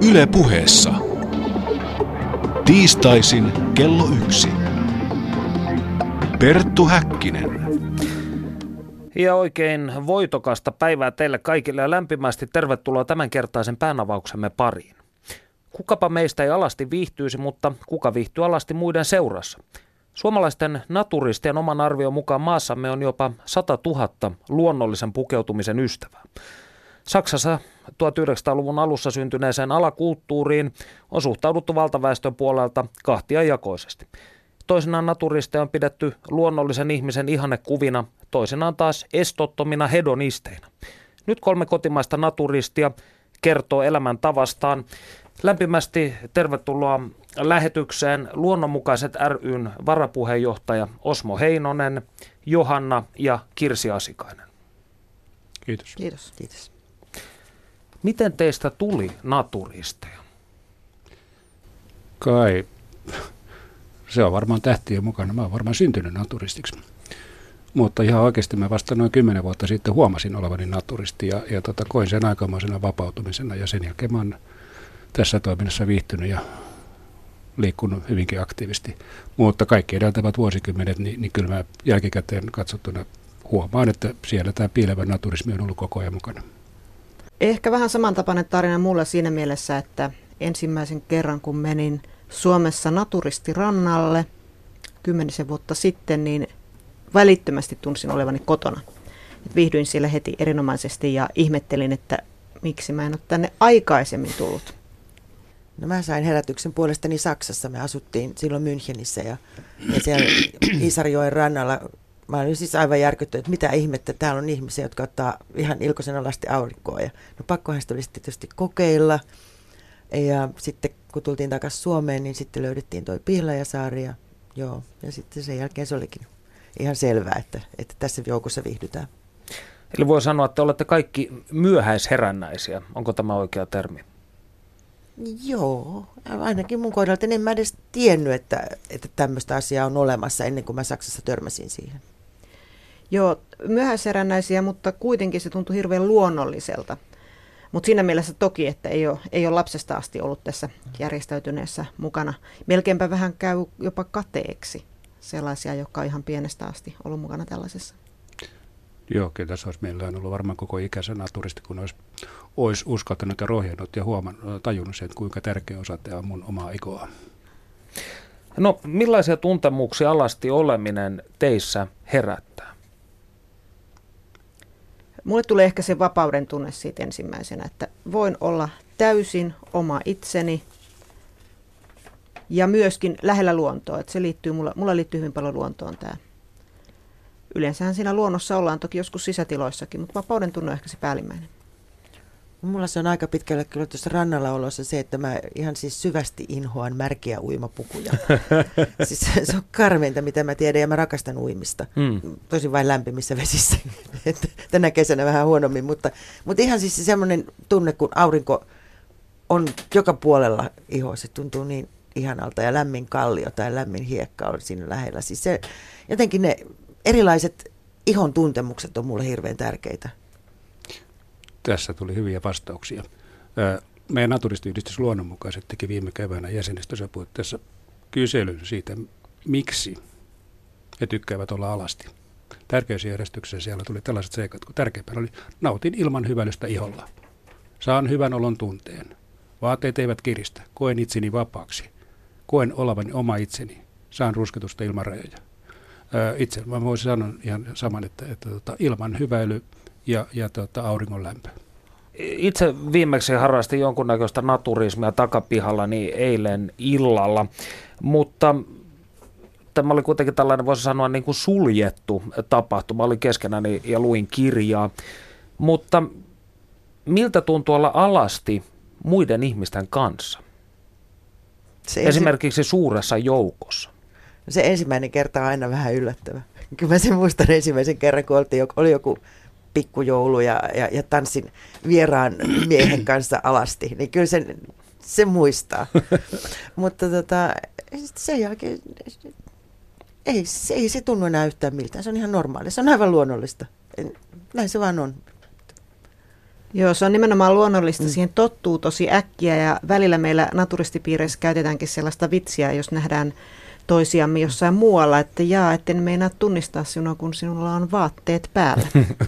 Yle Puheessa. Tiistaisin kello 1. Perttu Häkkinen. Ja oikein voitokasta päivää teille kaikille ja lämpimästi tervetuloa tämänkertaisen päänavauksemme pariin. Kukapa meistä ei alasti viihtyisi, mutta kuka viihtyy alasti muiden seurassa? Suomalaisten naturistien oman arvion mukaan maassamme on jopa 100 000 luonnollisen pukeutumisen ystävää. Saksassa 1900-luvun alussa syntyneeseen alakulttuuriin on suhtauduttu valtaväestön puolelta kahtiajakoisesti. Toisinaan naturisteja on pidetty luonnollisen ihmisen ihannekuvina, toisinaan taas estottomina hedonisteina. Nyt 3 kotimaista naturistia kertoo elämäntavastaan. Lämpimästi tervetuloa lähetykseen Luonnonmukaiset ry:n varapuheenjohtaja Osmo Heinonen, Johanna ja Kirsi Asikainen. Kiitos. Kiitos. Kiitos. Miten teistä tuli naturisteja? Kai se on varmaan tähtien mukana. Mä oon varmaan syntynyt naturistiksi. Mutta ihan oikeasti mä vasta noin 10 vuotta sitten huomasin olevani naturisti ja koin sen aikamoisena vapautumisena. Ja sen jälkeen mä oon tässä toiminnassa viihtynyt ja liikkunut hyvinkin aktiivisesti. Mutta kaikki edeltävät vuosikymmenet, niin kyllä mä jälkikäteen katsottuna huomaan, että siellä tämä piilevä naturismi on ollut koko ajan mukana. Ehkä vähän samantapainen tarina mulla siinä mielessä, että ensimmäisen kerran kun menin Suomessa naturistirannalle 10 vuotta sitten, niin välittömästi tunsin olevani kotona. Viihdyin siellä heti erinomaisesti ja ihmettelin, että miksi mä en ole tänne aikaisemmin tullut. No mä sain herätyksen puolestani Saksassa. Me asuttiin silloin Münchenissä ja siellä Iisarjoen rannalla. Mä olin siis aivan järkyttynyt, että mitä ihmettä, täällä on ihmisiä, jotka ottaa ihan ilkoisen alasti aurinkoa. Ja no pakkohan sitä olisi tietysti kokeilla. Ja sitten kun tultiin takaisin Suomeen, niin sitten löydettiin toi Pihlajasaari ja joo. Ja sitten sen jälkeen se olikin ihan selvää, että tässä joukossa viihdytään. Eli voi sanoa, että olette kaikki myöhäisherännäisiä. Onko tämä oikea termi? Joo, ainakin mun kohdalta en mä edes tiennyt, että tämmöistä asiaa on olemassa ennen kuin mä Saksassa törmäsin siihen. Joo, myöhäisherännäisiä, mutta kuitenkin se tuntui hirveän luonnolliselta. Mutta siinä mielessä toki, että ei ole lapsesta asti ollut tässä järjestäytyneessä mukana. Melkeinpä vähän käy jopa kateeksi sellaisia, jotka on ihan pienestä asti ollut mukana tällaisessa. Joo, kyllä tässä olisi meillä on ollut varmaan koko ikänsä naturisti, kun olisi uskaltanut ja rohjennut ja tajunnut sen, kuinka tärkeä osa tämä on mun omaa egoa. No, millaisia tuntemuksia alasti oleminen teissä herättää? Mulle tulee ehkä se vapauden tunne siitä ensimmäisenä, että voin olla täysin oma itseni ja myöskin lähellä luontoa. Että se liittyy, mulla liittyy hyvin paljon luontoon tämä. Yleensähän siinä luonnossa ollaan toki joskus sisätiloissakin, mutta vapauden tunne on ehkä se päällimmäinen. Mulla se on aika pitkälle kyllä tuossa rannalla olossa se, että mä ihan siis syvästi inhoan märkiä uimapukuja. Siis se on karmeinta, mitä mä tiedän, ja mä rakastan uimista. Tosin vain lämpimissä vesissä. Tänä kesänä vähän huonommin, mutta ihan siis semmoinen tunne, kun aurinko on joka puolella ihoa, se tuntuu niin ihanalta, ja lämmin kallio tai lämmin hiekka on siinä lähellä. Siis se, jotenkin ne erilaiset ihon tuntemukset on mulle hirveän tärkeitä. Tässä tuli hyviä vastauksia. Meidän naturistiyhdistys Luonnonmukaiset teki viime keväänä jäsenistössä puitteissa kyselyn siitä, miksi he tykkäävät olla alasti. Tärkeysjärjestyksessä siellä tuli tällaiset seikat, kun tärkeimpänä oli nautin ilman hyväilystä iholla. Saan hyvän olon tunteen. Vaatteet eivät kiristä. Koen itseni vapaaksi. Koen olevani oma itseni. Saan rusketusta ilman rajoja. Itse mä voisin sanoa ihan saman, että ilman hyväily ja auringon lämpö. Itse viimeksi harrastin jonkunnäköistä naturismia takapihallani eilen illalla, mutta tämä oli kuitenkin tällainen, voisi sanoa, niin kuin suljettu tapahtuma. Olin keskenäni ja luin kirjaa, mutta miltä tuntuu olla alasti muiden ihmisten kanssa? Esimerkiksi suuressa joukossa. Se ensimmäinen kerta on aina vähän yllättävä. Kyllä mä sen muistan ensimmäisen kerran, kun oli joku pikkujoulu ja tanssin vieraan miehen kanssa alasti. Niin kyllä se muistaa. Mutta sen jälkeen ei se tunnu enää yhtään miltään. Se on ihan normaalia. Se on aivan luonnollista. Näin se vaan on. Joo, se on nimenomaan luonnollista. Siihen tottuu tosi äkkiä ja välillä meillä naturistipiireissä käytetäänkin sellaista vitsiä, jos nähdään toisiamme jossain muualla, että etten meinaa tunnistaa sinua, kun sinulla on vaatteet päällä.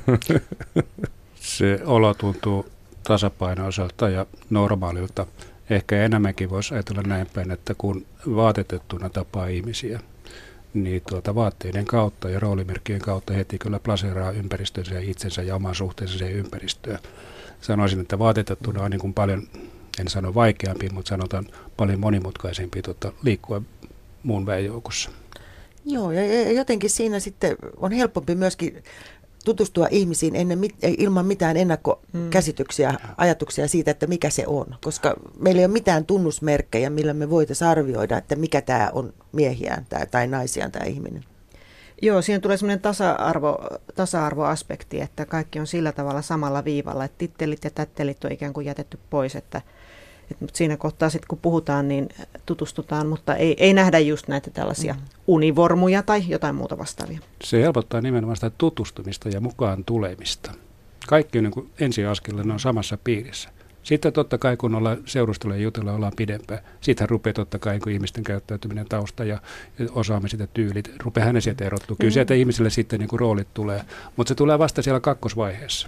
Se olo tuntuu tasapainoiselta ja normaalilta. Ehkä enemmänkin voisi ajatella näin päin, että kun vaatetettuna tapaa ihmisiä, niin vaatteiden kautta ja roolimerkkien kautta heti kyllä plaseeraa ympäristönsä ja itsensä ja oman suhteensa siihen ympäristöön. Sanoisin, että vaatetettuna on niin kuin paljon, en sano vaikeampi, mutta sanotaan paljon monimutkaisempi liikkua muun väen joukossa. Joo, ja jotenkin siinä sitten on helpompi myöskin tutustua ihmisiin ilman mitään ennakkokäsityksiä, ajatuksia siitä, että mikä se on. Koska meillä ei ole mitään tunnusmerkkejä, millä me voitaisiin arvioida, että mikä tämä on miehiään tai naisiaan tämä ihminen. Joo, siinä tulee semmoinen tasa-arvoaspekti, että kaikki on sillä tavalla samalla viivalla, että tittelit ja tättelit on ikään kuin jätetty pois, että siinä kohtaa sitten kun puhutaan, niin tutustutaan, mutta ei nähdä just näitä tällaisia univormuja tai jotain muuta vastaavia. Se helpottaa nimenomaan sitä tutustumista ja mukaan tulemista. Kaikki on niin kuin ensiaskelilla, ne on samassa piirissä. Sitten totta kai, kun ollaan seurustella ja jutella, ollaan pidempään. Sitten rupeaa totta kai, kun ihmisten käyttäytyminen tausta ja osaamme sitä tyylit, rupeaa hänen sieltä erottua. Kyllä sieltä ihmisille sitten niin kuin roolit tulee, mutta se tulee vasta siellä kakkosvaiheessa.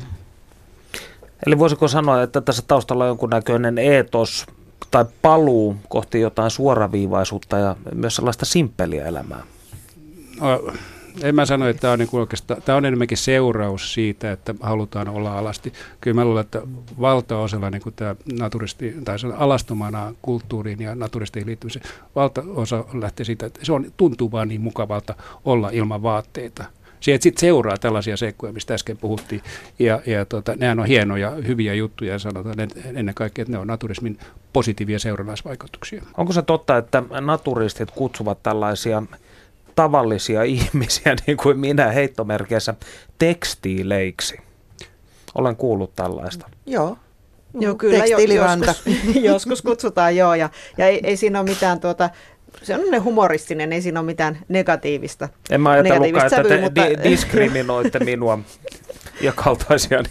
Eli voisiko sanoa, että tässä taustalla on jonkunnäköinen eetos tai paluu kohti jotain suoraviivaisuutta ja myös sellaista simppeliä elämää? No, en mä sano, että tämä on, niin oikeastaan, tämä on enemmänkin seuraus siitä, että halutaan olla alasti. Kyllä mä luulen, että valtaosalla niin kuin tämä naturisti, tai alastomana kulttuuriin ja naturistiin liittymiseen, valtaosa lähtee siitä, että tuntuu vaan niin mukavalta olla ilman vaatteita. Sieltä sitten seuraa tällaisia seikkoja, mistä äsken puhuttiin, ja nehän on hienoja, hyviä juttuja, ja sanotaan ennen kaikkea, että ne on naturismin positiivia seurannaisvaikutuksia. Onko se totta, että naturistit kutsuvat tällaisia tavallisia ihmisiä, niin kuin minä heittomerkeissä, tekstiileiksi? Olen kuullut tällaista. Joo. Joo, kyllä joskus kutsutaan, joo, ja ei siinä ole mitään se on humoristinen, ei siinä ole mitään negatiivista. En mä ajatellutkaan, että te mutta diskriminoitte minua ja kaltaisia.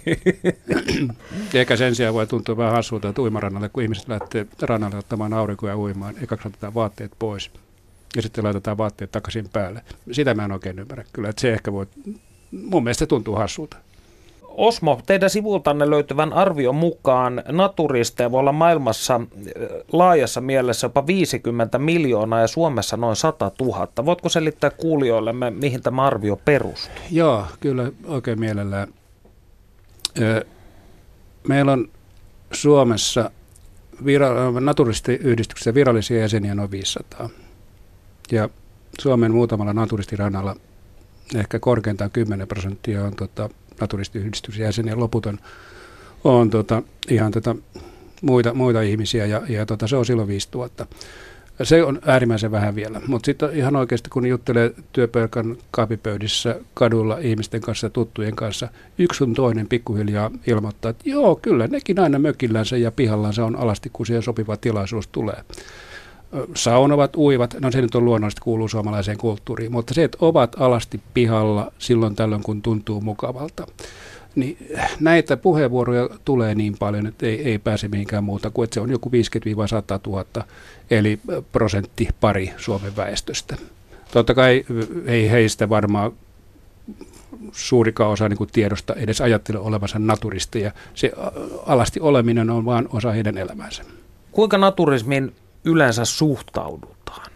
Eikä sen sijaan voi tuntua vähän hassulta, että uimarannalle, kun ihmiset lähtee rannalle ottamaan aurinkoja uimaan, ekaksi otetaan vaatteet pois ja sitten laitetaan vaatteet takaisin päälle. Sitä mä en oikein ymmärrä kyllä, että se ehkä voi, mun mielestä se tuntuu hassulta. Osmo, teidän sivultanne löytyvän arvion mukaan naturisteja voi olla maailmassa laajassa mielessä jopa 50 miljoonaa ja Suomessa noin 100 000. Voitko selittää kuulijoillemme, mihin tämä arvio perustuu? Joo, kyllä oikein mielellään. Meillä on Suomessa naturistiyhdistyksessä virallisia jäseniä noin 500. Ja Suomen muutamalla naturistirannalla ehkä korkeintaan 10% on naturistiyhdistyksen jäseniä, loput on ihan muita ihmisiä ja se on silloin 5000. Se on äärimmäisen vähän vielä, mutta sitten ihan oikeasti kun juttelee työpaikan kahvipöydissä kadulla ihmisten kanssa, tuttujen kanssa, yksi sun toinen pikkuhiljaa ilmoittaa, että joo, kyllä nekin aina mökillänsä ja pihallansa on alasti, kun siihen sopiva tilaisuus tulee. Saunovat, uivat, no se nyt on luonnollisesti kuuluu suomalaiseen kulttuuriin, mutta se, että ovat alasti pihalla silloin tällöin, kun tuntuu mukavalta, niin näitä puheenvuoroja tulee niin paljon, että ei pääse mihinkään muuta kuin, että se on joku 50-100 000, eli prosenttipari Suomen väestöstä. Totta kai ei heistä varmaan suurikaan osa niin kuin tiedosta edes ajattele olevansa naturisteja. Se alasti oleminen on vain osa heidän elämäänsä. Kuinka naturismin yleensä suhtaudutaan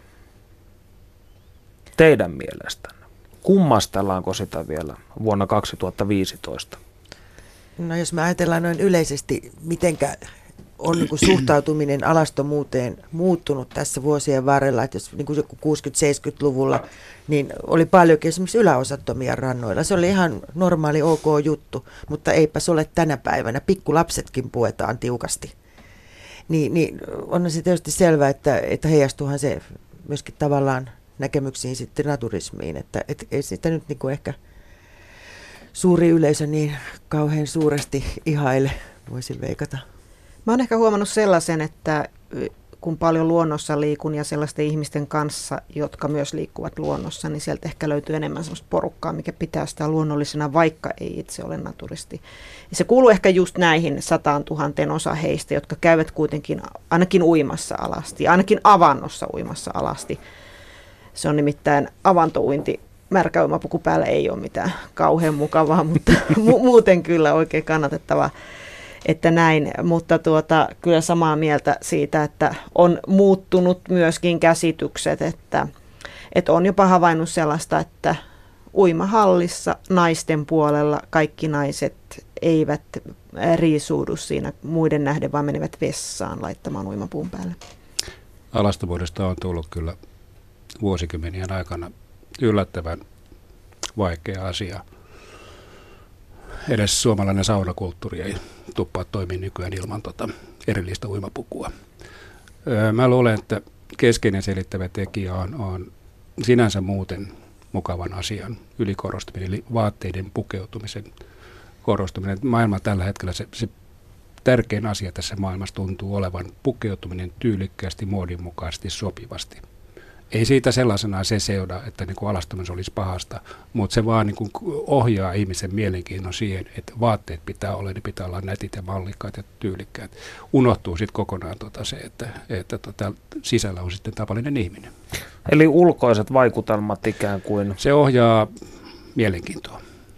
teidän mielestänne? Kummastellaanko sitä vielä vuonna 2015? No jos me ajatellaan noin yleisesti, mitenkä on niin kuin suhtautuminen alastomuuteen muuttunut tässä vuosien varrella, että jos niin kuin 60-70-luvulla, niin oli paljonkin esimerkiksi yläosattomia rannoilla. Se oli ihan normaali ok juttu, mutta eipä se ole tänä päivänä. Pikkulapsetkin puetaan tiukasti. Niin on se tietysti selvää, että heijastuuhan se myöskin tavallaan näkemyksiin sitten naturismiin, että ei sitä nyt niin kuin ehkä suuri yleisö niin kauhean suuresti ihaile, voisin veikata. Mä oon ehkä huomannut sellaisen, että kun paljon luonnossa liikun ja sellaisten ihmisten kanssa, jotka myös liikkuvat luonnossa, niin sieltä ehkä löytyy enemmän sellaista porukkaa, mikä pitää sitä luonnollisena, vaikka ei itse ole naturisti. Ja se kuuluu ehkä just näihin 100 000 osa heistä, jotka käyvät kuitenkin ainakin uimassa alasti, ainakin avannossa uimassa alasti. Se on nimittäin avantouinti. Märkä uimapuku päällä ei ole mitään kauhean mukavaa, mutta muuten kyllä oikein kannatettavaa, että näin. Mutta kyllä samaa mieltä siitä, että on muuttunut myöskin käsitykset, että on jopa havainnut sellaista, että uimahallissa naisten puolella kaikki naiset eivät riisuudu siinä muiden nähden, vaan menevät vessaan laittamaan uimapuun päälle. Alastomuudesta on tullut kyllä vuosikymmenien aikana yllättävän vaikea asia. Edes suomalainen saunakulttuuri ei tuppaa toimia nykyään ilman erillistä uimapukua. Mä luulen, että keskeinen selittävä tekijä on sinänsä muuten mukavan asian ylikorostuminen, eli vaatteiden pukeutumisen korostuminen. Maailma tällä hetkellä se tärkein asia tässä maailmassa tuntuu olevan pukeutuminen tyylikkäästi, muodinmukaisesti, sopivasti. Ei siitä sellaisenaan se seuraa, että niin kuin alastominen olisi pahasta, mutta se vaan niin kuin ohjaa ihmisen mielenkiinnon siihen, että vaatteet pitää olla, ne pitää olla nätit ja mallikkaat ja tyylikkäät. Unohtuu sitten kokonaan se, että sisällä on sitten tavallinen ihminen. Eli ulkoiset vaikutelmat ikään kuin. Se ohjaa mielenkiintoa.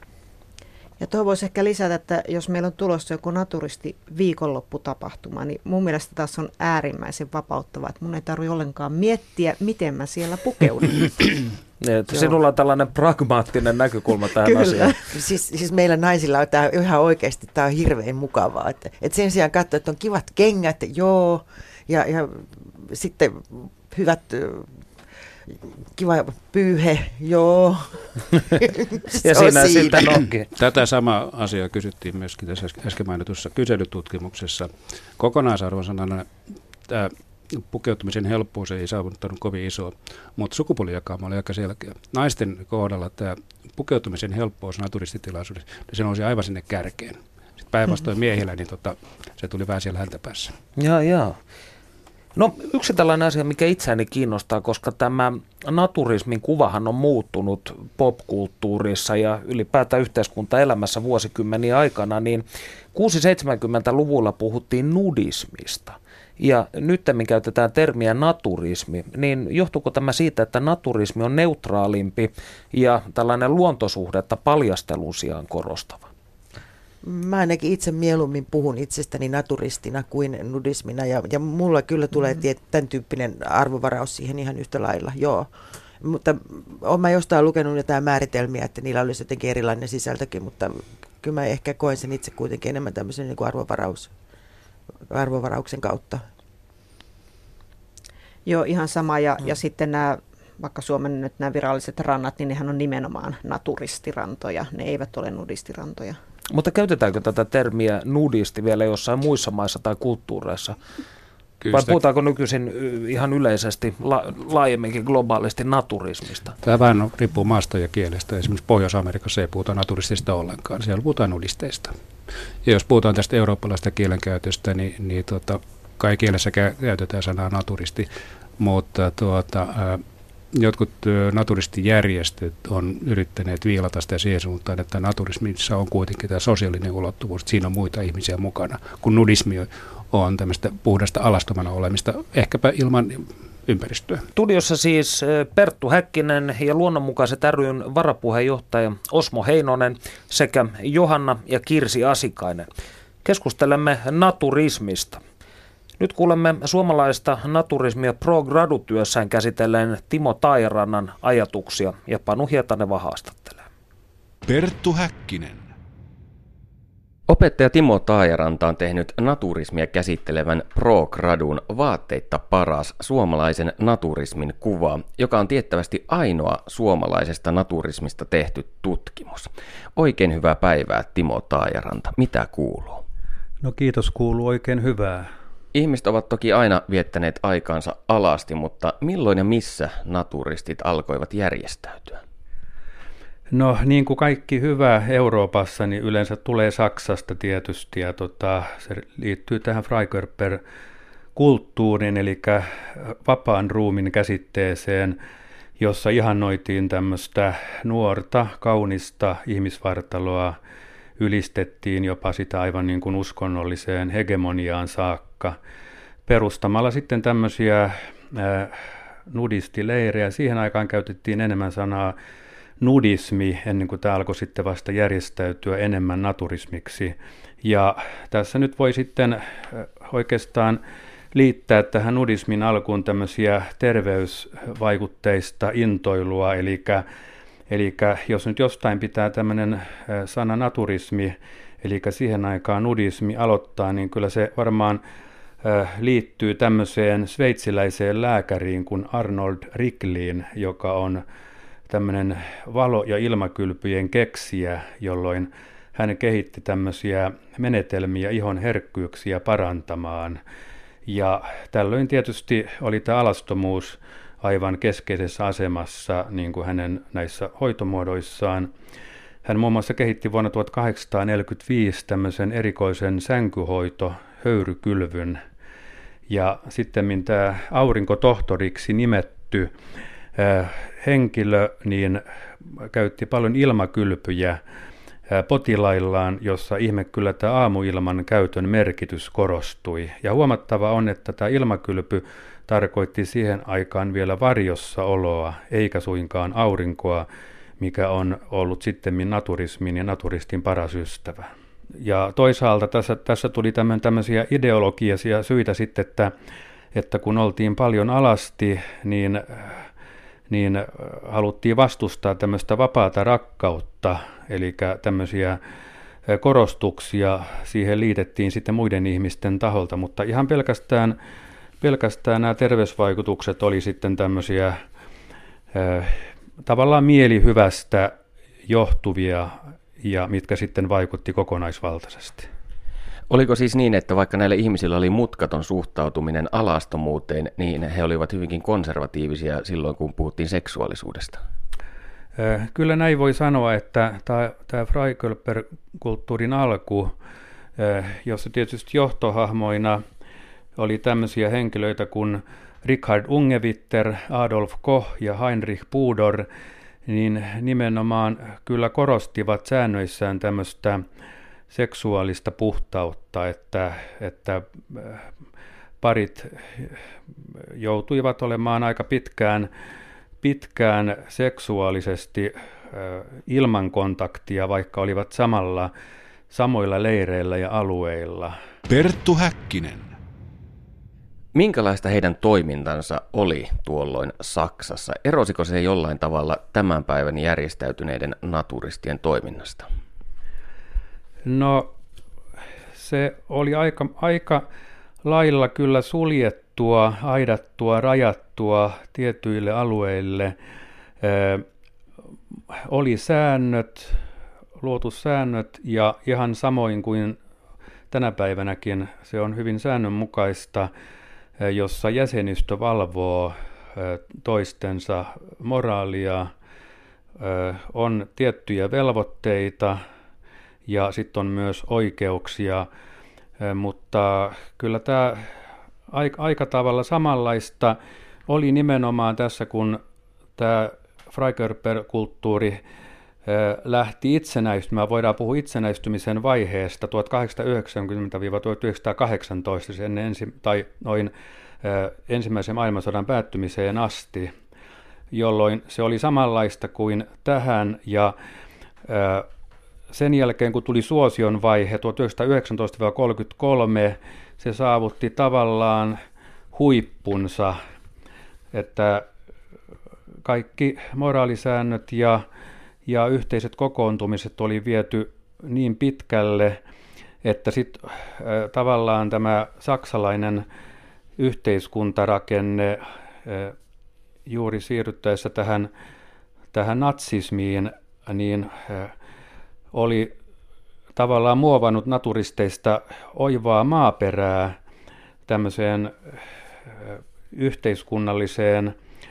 Ja tuohon voisi ehkä lisätä, että jos meillä on tulossa joku naturisti viikonlopputapahtuma, niin mun mielestä taas on äärimmäisen vapauttavaa, että mun ei tarvitse ollenkaan miettiä, miten mä siellä pukeudun. Sinulla on tällainen pragmaattinen näkökulma tähän asiaan. Siis meillä naisilla on tämä ihan oikeasti, tämä on hirveän mukavaa. Että sen sijaan katsoa, että on kivat kengät, joo, ja sitten hyvät. Kiva pyyhe, joo. Ja siinä sitten onkin. Tätä samaa asiaa kysyttiin myöskin tässä äsken mainitussa kyselytutkimuksessa. Kokonaisarvosanana tämä pukeutumisen helppous ei saavuttanut kovin iso, mutta sukupuolijakauma oli aika selkeä. Naisten kohdalla tämä pukeutumisen helppous naturistitilaisuudessa, se nousi aivan sinne kärkeen. Sitten päinvastoin miehillä, niin se tuli vähän siellä häntäpäässä. Jaa. No yksi tällainen asia, mikä itseäni kiinnostaa, koska tämä naturismin kuvahan on muuttunut popkulttuurissa ja ylipäätään yhteiskuntaelämässä vuosikymmeniä aikana, niin 670-luvulla puhuttiin nudismista. Ja nyt me käytetään termiä naturismi, niin johtuuko tämä siitä, että naturismi on neutraalimpi ja tällainen luontosuhdetta paljastelun sijaan korostava? Mä ainakin itse mieluummin puhun itsestäni naturistina kuin nudismina ja mulla kyllä tulee tämän tyyppinen arvovaraus siihen ihan yhtä lailla, joo. Mutta olen mä jostain lukenut jotain määritelmiä, että niillä olisi jotenkin erilainen sisältökin, mutta kyllä mä ehkä koen sen itse kuitenkin enemmän tämmöisen niin kuin arvovarauksen kautta. Joo, ihan sama ja sitten nämä, vaikka Suomen nyt nämä viralliset rannat, niin nehän on nimenomaan naturistirantoja, ne eivät ole nudistirantoja. Mutta käytetäänkö tätä termiä nudisti vielä jossain muissa maissa tai kulttuureissa? Vai puhutaanko nykyisin ihan yleisesti, laajemminkin globaalisti naturismista? Tämä vähän riippuu maasta ja kielestä. Esimerkiksi Pohjois-Amerikassa ei puhuta naturistista ollenkaan, siellä puhutaan nudisteista. Ja jos puhutaan tästä eurooppalaisesta kielenkäytöstä, niin kai kielessä käytetään sanaa naturisti, mutta jotkut naturistijärjestöt on yrittäneet viilata sitä siihen suuntaan, että naturismissa on kuitenkin tämä sosiaalinen ulottuvuus, että siinä on muita ihmisiä mukana, kun nudismi on tämmöistä puhdasta alastomana olemista, ehkäpä ilman ympäristöä. Studiossa siis Perttu Häkkinen ja Luonnonmukaiset ry:n varapuheenjohtaja Osmo Heinonen sekä Johanna ja Kirsi Asikainen. Keskustelemme naturismista. Nyt kuulemme suomalaista naturismia pro-gradu-työssään käsitelleen Timo Taajarannan ajatuksia ja Panu Hietaneva haastattelee. Perttu Häkkinen. Opettaja Timo Taajaranta on tehnyt naturismia käsittelevän pro-gradun Vaatteitta paras suomalaisen naturismin kuva, joka on tiettävästi ainoa suomalaisesta naturismista tehty tutkimus. Oikein hyvää päivää, Timo Taajaranta. Mitä kuuluu? No kiitos, kuuluu oikein hyvää. Ihmiset ovat toki aina viettäneet aikaansa alasti, mutta milloin ja missä naturistit alkoivat järjestäytyä? No niin kuin kaikki hyvä Euroopassa, niin yleensä tulee Saksasta tietysti ja se liittyy tähän Freikorper kulttuurin, eli vapaan ruumin käsitteeseen, jossa ihannoitiin tämmöistä nuorta, kaunista ihmisvartaloa, ylistettiin jopa sitä aivan niin kuin uskonnolliseen hegemoniaan saakka, perustamalla sitten tämmöisiä nudistileirejä. Siihen aikaan käytettiin enemmän sanaa nudismi, ennen kuin tämä alkoi sitten vasta järjestäytyä enemmän naturismiksi. Ja tässä nyt voi sitten oikeastaan liittää tähän nudismin alkuun tämmöisiä terveysvaikutteista intoilua, eli jos nyt jostain pitää tämmöinen sana naturismi, eli siihen aikaan nudismi aloittaa, niin kyllä se varmaan liittyy tämmöiseen sveitsiläiseen lääkäriin kuin Arnold Ricklin, joka on tämmöinen valo- ja ilmakylpyjen keksijä, jolloin hän kehitti tämmöisiä menetelmiä ihon herkkyyksiä parantamaan. Ja tällöin tietysti oli tämä alastomuus aivan keskeisessä asemassa niin kuin hänen näissä hoitomuodoissaan. Hän muun muassa kehitti vuonna 1845 tämmöisen erikoisen sänkyhoito-höyrykylvyn. Ja sitten tämä aurinkotohtoriksi nimetty henkilö niin käytti paljon ilmakylpyjä potilaillaan, jossa ihme kyllä tämä aamuilman käytön merkitys korostui. Ja huomattava on, että tämä ilmakylpy tarkoitti siihen aikaan vielä varjossa oloa, eikä suinkaan aurinkoa, mikä on ollut sittemmin naturismin ja naturistin paras ystävä. Ja toisaalta tässä tuli tämmöisiä ideologisia syitä sitten, että kun oltiin paljon alasti, niin haluttiin vastustaa tämmöistä vapaata rakkautta, eli tämmöisiä korostuksia siihen liitettiin sitten muiden ihmisten taholta, mutta ihan pelkästään nämä terveysvaikutukset oli sitten tämmöisiä tavallaan mielihyvästä johtuvia ja mitkä sitten vaikutti kokonaisvaltaisesti. Oliko siis niin, että vaikka näillä ihmisillä oli mutkaton suhtautuminen alastomuuteen, niin he olivat hyvinkin konservatiivisia silloin, kun puhuttiin seksuaalisuudesta? Kyllä näin voi sanoa, että tämä Freikorper-kulttuurin alku, jossa tietysti johtohahmoina oli tämmöisiä henkilöitä kuin Richard Ungewitter, Adolf Koch ja Heinrich Pudor, niin nimenomaan kyllä korostivat säännöissään tämmöistä seksuaalista puhtautta, että parit joutuivat olemaan aika pitkään seksuaalisesti ilman kontaktia, vaikka olivat samoilla leireillä ja alueilla. Perttu Häkkinen. Minkälaista heidän toimintansa oli tuolloin Saksassa? Erosiko se jollain tavalla tämän päivän järjestäytyneiden naturistien toiminnasta? No se oli aika lailla kyllä suljettua, aidattua, rajattua tietyille alueille. Oli säännöt, luotu säännöt ja ihan samoin kuin tänä päivänäkin se on hyvin säännönmukaista, jossa jäsenistö valvoo toistensa moraalia, on tiettyjä velvoitteita ja sitten on myös oikeuksia, mutta kyllä tämä aika tavalla samanlaista oli nimenomaan tässä, kun tämä Freikorper-kulttuuri lähti itsenäistymään. Voidaan puhua itsenäistymisen vaiheesta 1890-1918, noin ensimmäisen maailmansodan päättymiseen asti, jolloin se oli samanlaista kuin tähän. Ja sen jälkeen, kun tuli suosion vaihe 1919-1933, se saavutti tavallaan huippunsa, että kaikki moraalisäännöt ja yhteiset kokoontumiset oli viety niin pitkälle, että sitten tavallaan tämä saksalainen yhteiskuntarakenne juuri siirryttäessä tähän natsismiin, niin oli tavallaan muovannut naturisteista oivaa maaperää tämmöiseen yhteiskunnalliseen,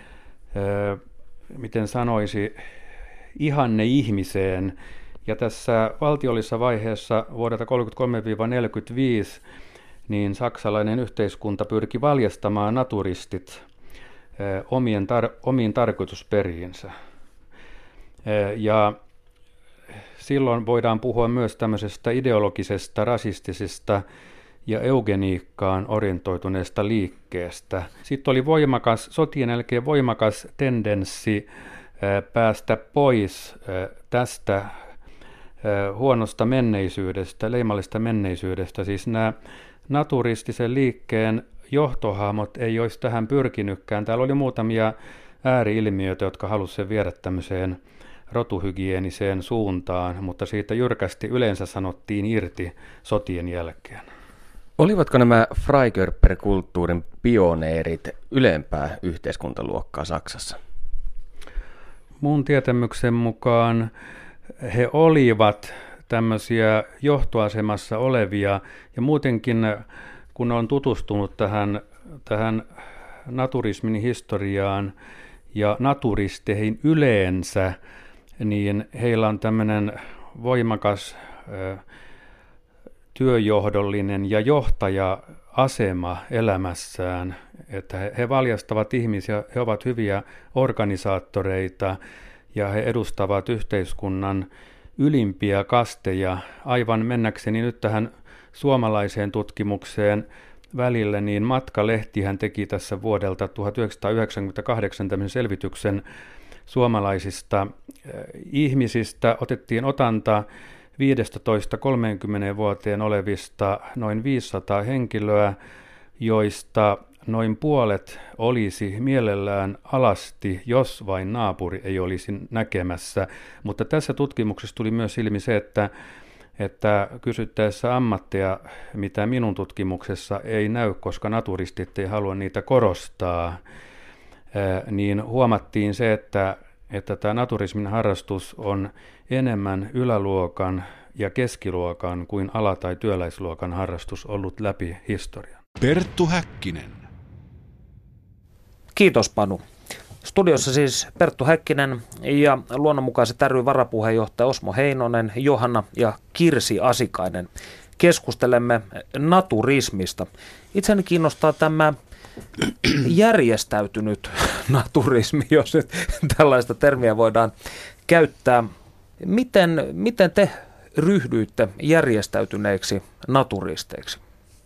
miten sanoisi, ihanne ihmiseen. Ja tässä valtiollisessa vaiheessa vuodelta 1933-1945 niin saksalainen yhteiskunta pyrki valjastamaan naturistit omiin tarkoitusperiinsä. Ja silloin voidaan puhua myös tämmöisestä ideologisesta, rasistisesta ja eugeniikkaan orientoituneesta liikkeestä. Sitten oli sotien jälkeen voimakas tendenssi päästä pois tästä huonosta menneisyydestä, leimallista menneisyydestä. Siis nämä naturistisen liikkeen johtohahmot ei olisi tähän pyrkinytkään. Täällä oli muutamia ääri-ilmiöitä, jotka halusivat viedä tämmöiseen rotuhygieniseen suuntaan, mutta siitä jyrkästi yleensä sanottiin irti sotien jälkeen. Olivatko nämä Freikörper-kulttuurin pioneerit ylempää yhteiskuntaluokkaa Saksassa? Mun tietämyksen mukaan he olivat tämmöisiä johtoasemassa olevia, ja muutenkin kun on tutustunut tähän naturismin historiaan ja naturisteihin yleensä, niin heillä on tämmöinen voimakas työjohdollinen ja johtaja-asema elämässään, että he valjastavat ihmisiä, he ovat hyviä organisaattoreita ja he edustavat yhteiskunnan ylimpiä kasteja. Aivan mennäkseni nyt tähän suomalaiseen tutkimukseen välillä, niin Matkalehtihän teki tässä vuodelta 1998 tämmöisen selvityksen suomalaisista ihmisistä. Otettiin otanta 15-30 vuoteen olevista noin 500 henkilöä, joista noin puolet olisi mielellään alasti, jos vain naapuri ei olisi näkemässä. Mutta tässä tutkimuksessa tuli myös ilmi se, että kysyttäessä ammatteja, mitä minun tutkimuksessa ei näy, koska naturistit ei halua niitä korostaa, niin huomattiin se, että tämä naturismin harrastus on enemmän yläluokan ja keskiluokan kuin ala- tai työläisluokan harrastus ollut läpi historian. Perttu Häkkinen. Kiitos Panu. Studiossa siis Perttu Häkkinen ja Luonnonmukaiset ry varapuheenjohtaja Osmo Heinonen, Johanna ja Kirsi Asikainen. Keskustelemme naturismista. Itseni kiinnostaa tämä järjestäytynyt naturismi, jos nyt tällaista termiä voidaan käyttää. Miten te ryhdyitte järjestäytyneeksi naturisteiksi?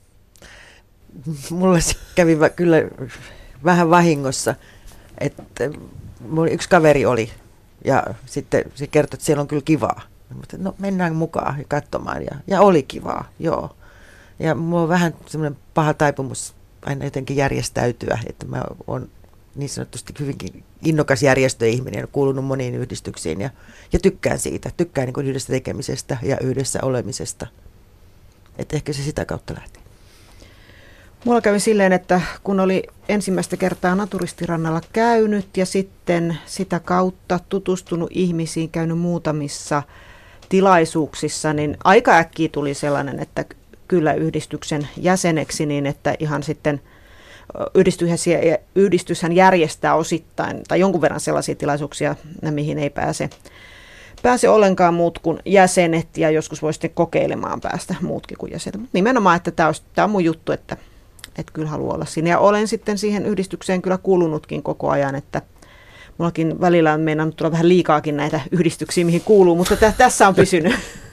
Mulla se kävi kyllä vähän vahingossa, että yksi kaveri oli ja sitten se kertoi, että siellä on kyllä kivaa. Mutta no mennään mukaan ja katsomaan ja oli kivaa, joo. Ja mulla on vähän semmoinen paha taipumus aina jotenkin järjestäytyä, että mä oon niin sanotusti hyvinkin innokas järjestöihminen, kuulunut moniin yhdistyksiin ja tykkään siitä. Tykkään niin kuin yhdessä tekemisestä ja yhdessä olemisesta. Että ehkä se sitä kautta lähti. Mulla kävi silleen, että kun oli ensimmäistä kertaa naturistirannalla käynyt ja sitten sitä kautta tutustunut ihmisiin, käynyt muutamissa tilaisuuksissa, niin aika äkkiä tuli sellainen, että kyllä yhdistyksen jäseneksi, niin että ihan sitten yhdistyshän järjestää osittain tai jonkun verran sellaisia tilaisuuksia, mihin ei pääse ollenkaan muut kuin jäsenet ja joskus voi sitten kokeilemaan päästä muutkin kuin jäsenet. Mutta nimenomaan, että tämä on mun juttu, että kyllä haluan olla siinä. Ja olen sitten siihen yhdistykseen kyllä kuulunutkin koko ajan, että mullakin välillä on meinannut tulla vähän liikaakin näitä yhdistyksiä, mihin kuuluu, mutta tässä on pysynyt.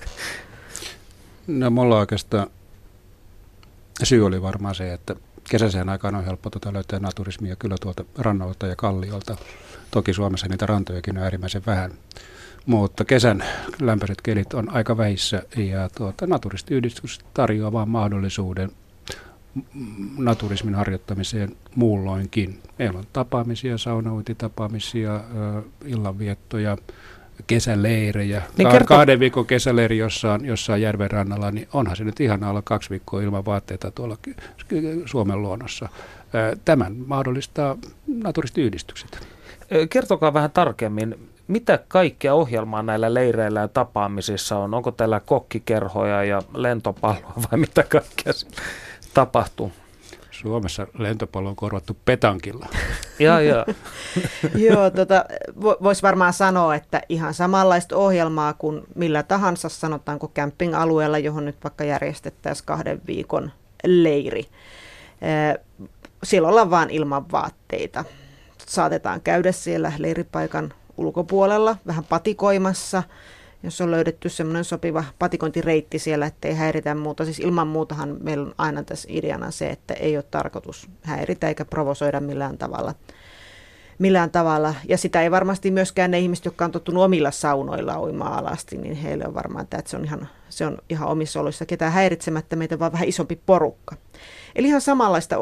No mulla oikeastaan syy oli varmaan se, että kesäiseen aikaan on helppo löytää naturismia kyllä tuolta rannalta ja kalliolta. Toki Suomessa niitä rantojakin on äärimmäisen vähän, mutta kesän lämpöiset kelit on aika vähissä ja naturistiyhdistys tarjoaa vaan mahdollisuuden naturismin harjoittamiseen muulloinkin. Meillä on tapaamisia, saunauintitapaamisia, illanviettoja, kesäleirejä. Niin 2 viikon kesäleiri jossain järven rannalla, niin onhan se nyt ihanaa olla 2 viikkoa ilman vaatteita tuolla Suomen luonnossa. Tämän mahdollistaa naturistiyhdistykset. Kertokaa vähän tarkemmin, mitä kaikkea ohjelmaa näillä leireillä ja tapaamisissa on? Onko täällä kokkikerhoja ja lentopalloa vai mitä kaikkea tapahtuu? Suomessa lentopallo on korvattu petankilla. Joo. Joo, voisi varmaan sanoa, että ihan samanlaista ohjelmaa kuin millä tahansa, sanotaanko camping-alueella, johon nyt vaikka järjestettäisiin 2 viikon leiri. Siellä ollaan vaan ilman vaatteita. Saatetaan käydä siellä leiripaikan ulkopuolella vähän patikoimassa, jos on löydetty semmoinen sopiva patikointireitti siellä, ettei häiritä muuta. Siis ilman muutahan meillä on aina tässä ideana se, että ei ole tarkoitus häiritä eikä provosoida millään tavalla. Ja sitä ei varmasti myöskään ne ihmiset, jotka on tottunut omilla saunoilla uimaan alasti, niin heille on varmaan tämä, että se on ihan omissa oloissa ketään häiritsemättä, meitä vaan vähän isompi porukka. Eli ihan samanlaista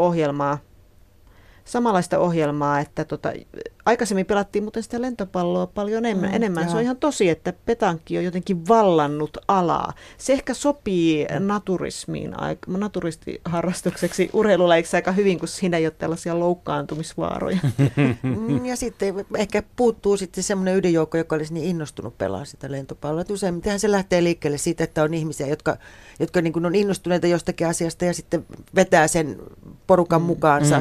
ohjelmaa, että aikaisemmin pelattiin muuten sitä lentopalloa paljon enemmän. Se on ihan tosi, että petankki on jotenkin vallannut alaa. Se ehkä sopii naturistiharrastukseksi urheilulajiksi aika hyvin, kun siinä ei ole tällaisia loukkaantumisvaaroja. Ja sitten ehkä puuttuu sitten semmoinen ydinjoukko, joka olisi niin innostunut pelaamaan sitä lentopalloa. Useimmitenhan se lähtee liikkeelle siitä, että on ihmisiä, jotka niin kuin on innostuneita jostakin asiasta ja sitten vetää sen porukan mukaansa.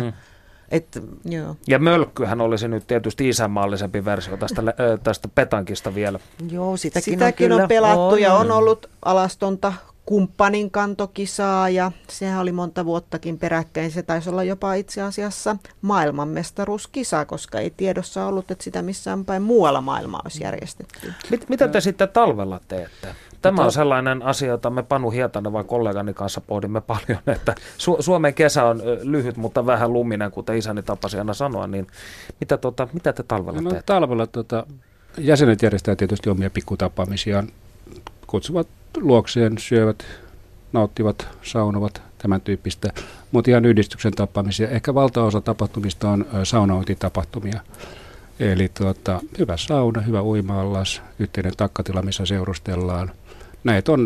Joo. Ja mölkkyhän olisi nyt tietysti isänmaallisempi versio tästä petankista vielä. Joo, sitäkin on pelattu ja on ollut alastonta kumppanin kantokisaa ja sehän oli monta vuottakin peräkkäin. Se taisi olla jopa itse asiassa maailmanmestaruuskisa, koska ei tiedossa ollut, että sitä missään päin muualla maailmaa olisi järjestetty. Mitä te sitten talvella teette? Tämä on sellainen asia, jota me Panu Hietanen vai kollegani kanssa pohdimme paljon, että Suomen kesä on lyhyt, mutta vähän luminen, kuten isäni tapasi aina sanoa, niin mitä te talvella teette? Talvella jäsenet järjestää tietysti omia pikkutapaamisiaan, kutsuvat luokseen, syövät, nauttivat, saunovat, tämän tyyppistä, mutta ihan yhdistyksen tapaamisia. Ehkä valtaosa tapahtumista on saunaointitapahtumia. Eli hyvä sauna, hyvä uima-allas, yhteinen takkatila, missä seurustellaan. Näitä on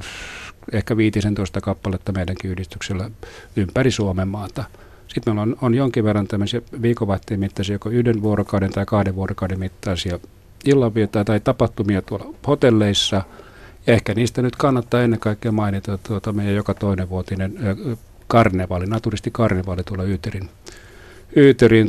ehkä 15 kappaletta meidänkin yhdistyksellä ympäri Suomen maata. Sitten meillä on jonkin verran tämmöisiä viikonvaihteen mittaisia, joko 1 vuorokauden tai 2 vuorokauden mittaisia illanvietoja tai tapahtumia tuolla hotelleissa. Ja ehkä niistä nyt kannattaa ennen kaikkea mainita meidän joka toinen vuotinen karnevaali, naturistikarnevaali tuolla Yyterin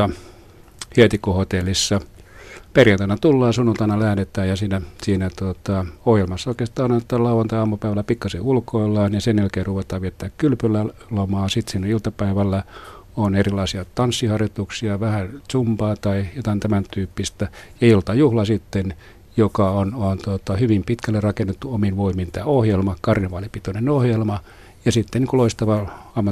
Hietikko-hotellissa. Perjantaina tullaan, sunnuntaina lähdetään ja siinä ohjelmassa oikeastaan on, että lauantai-aamupäivällä pikkasen ulkoillaan ja sen jälkeen ruvetaan viettää kylpylälomaa. Sitten siinä iltapäivällä on erilaisia tanssiharjoituksia, vähän zumbaa tai jotain tämän tyyppistä. Ja iltajuhla sitten, joka on hyvin pitkälle rakennettu omin voimin tämä ohjelma, karnevaalipitoinen ohjelma. Ja sitten niin kuin loistava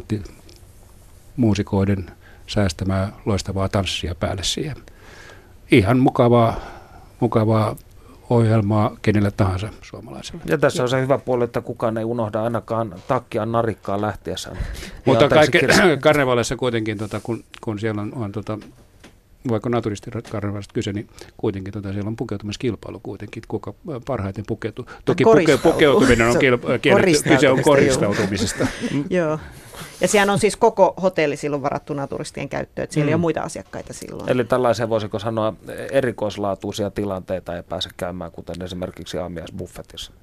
ammattimuusikoiden säästämään loistavaa tanssia päälle siihen. Ihan mukavaa ohjelmaa kenelle tahansa suomalaiselle. Ja tässä on se hyvä puoli, että kukaan ei unohda ainakaan takkia narikkaa lähtiessään. Mutta karnevaaleissa kuitenkin, kun siellä on vaikka naturistikarnevaalista kyse, niin kuitenkin siellä on pukeutumiskilpailu kuitenkin, kuka parhaiten pukeutuu. Toki pukeutuminen on kyse on koristautumisesta. Joo. Ja sehän on siis koko hotelli silloin varattu naturistien käyttöön, että siellä ei ole muita asiakkaita silloin. Eli tällaisia, voisiko sanoa, erikoislaatuisia tilanteita ei pääse käymään, kuten esimerkiksi aamiaisbuffetissa.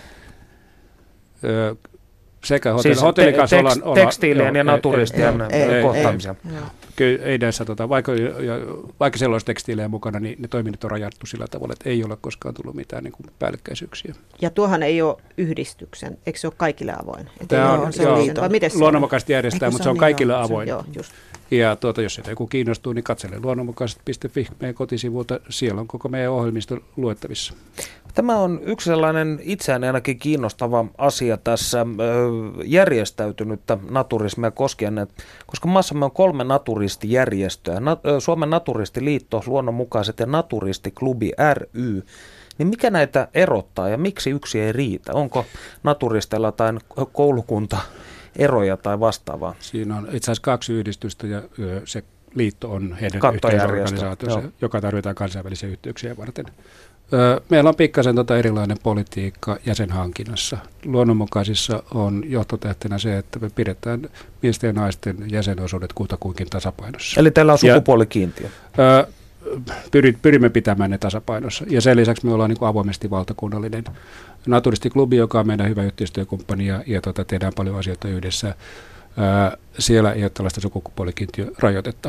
Sekä hotellikasvolla on tekstiilien ja naturistien kohtaamisia. Kyllä ei näissä, vaikka siellä olisi tekstiilejä mukana, niin ne toiminnot on rajattu sillä tavalla, että ei ole koskaan tullut mitään niin kuin päällekkäisyyksiä. Ja tuohan ei ole yhdistyksen, eikö se ole kaikille avoin? Tämä on luonnonmukaisesti järjestää, mutta se on kaikille avoin. Ja jos sieltä joku kiinnostuu, niin katsele luonnonmukaiset.fi meidän kotisivulta. Siellä on koko meidän ohjelmisto luettavissa. Tämä on yksi sellainen itseäni ainakin kiinnostava asia tässä järjestäytynyttä naturismia koskien, koska maassamme on 3 naturistijärjestöä. Suomen Naturistiliitto, Luonnonmukaiset ja Naturistiklubi ry. Niin mikä näitä erottaa ja miksi yksi ei riitä? Onko naturisteilla tai koulukunta eroja tai vastaavaa? Siinä on itse asiassa 2 yhdistystä ja se liitto on heidän yhteisorganisaationsa, joka tarvitaan kansainvälisiä yhteyksiä varten. Meillä on pikkasen erilainen politiikka jäsenhankinnassa. Luonnonmukaisissa on johtotähtenä se, että me pidetään miesten ja naisten jäsenosuudet kutakuinkin tasapainossa. Eli teillä on sukupuolikiintiö? Pyrimme pitämään ne tasapainossa. Ja sen lisäksi me ollaan niin kuin avoimesti valtakunnallinen naturistiklubi, joka on meidän hyvä yhteistyökumppani ja tehdään paljon asioita yhdessä. Siellä ei ole tällaista sukupuolikiintiörajoitetta.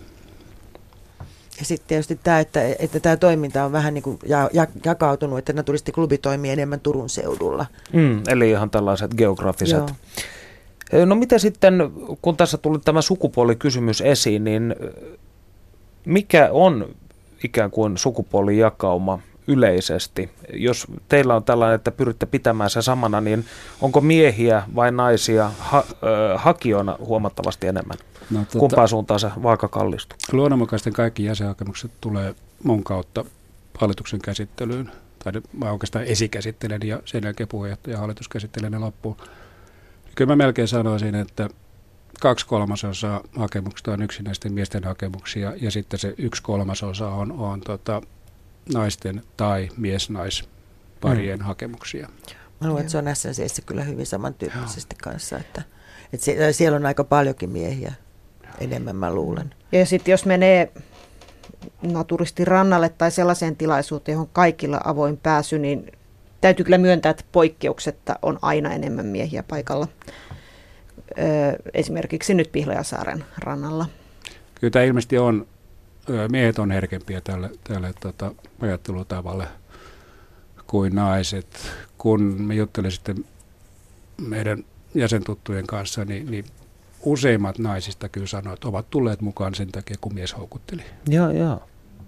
Ja sitten tietysti tämä, että tämä toiminta on vähän niin kuin jakautunut, että naturistiklubi toimii enemmän Turun seudulla. Eli ihan tällaiset geografiset No miten sitten, kun tässä tuli tämä sukupuolikysymys esiin, niin mikä on ikään kuin sukupuolijakauma yleisesti? Jos teillä on tällainen, että pyritte pitämään sen samana, niin onko miehiä vai naisia hakijoina huomattavasti enemmän? No, kumpaan suuntaan se vaaka kallistuu? Luonnonmukaisten kaikki jäsenhakemukset tulee mun kautta hallituksen käsittelyyn, tai mä oikeastaan esikäsittelen ja sen jälkeen puheenjohtaja hallitus käsittelee ne loppuun. Kyllä mä melkein sanoisin, että 2/3 hakemuksista on yksinäisten miesten hakemuksia ja sitten se 1/3 on naisten tai mies-naisparien hakemuksia. Mä luulen, että se on SNC:ssä kyllä hyvin samantyyppisesti kanssa, että siellä on aika paljonkin miehiä enemmän, mä luulen. Ja sitten jos menee naturistirannalle tai sellaiseen tilaisuuteen, johon kaikilla avoin pääsy, niin täytyy kyllä myöntää, että poikkeuksetta on aina enemmän miehiä paikalla. Esimerkiksi nyt Pihlajasaaren rannalla. Kyllä tämä ilmeisesti on, miehet on herkempiä tälle ajattelutavalle kuin naiset. Kun me juttelin sitten meidän jäsentuttujen kanssa, niin useimmat naisista kyllä sanoo, että ovat tulleet mukaan sen takia, kun mies houkutteli. Joo.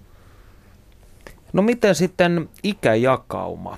No miten sitten ikäjakauma?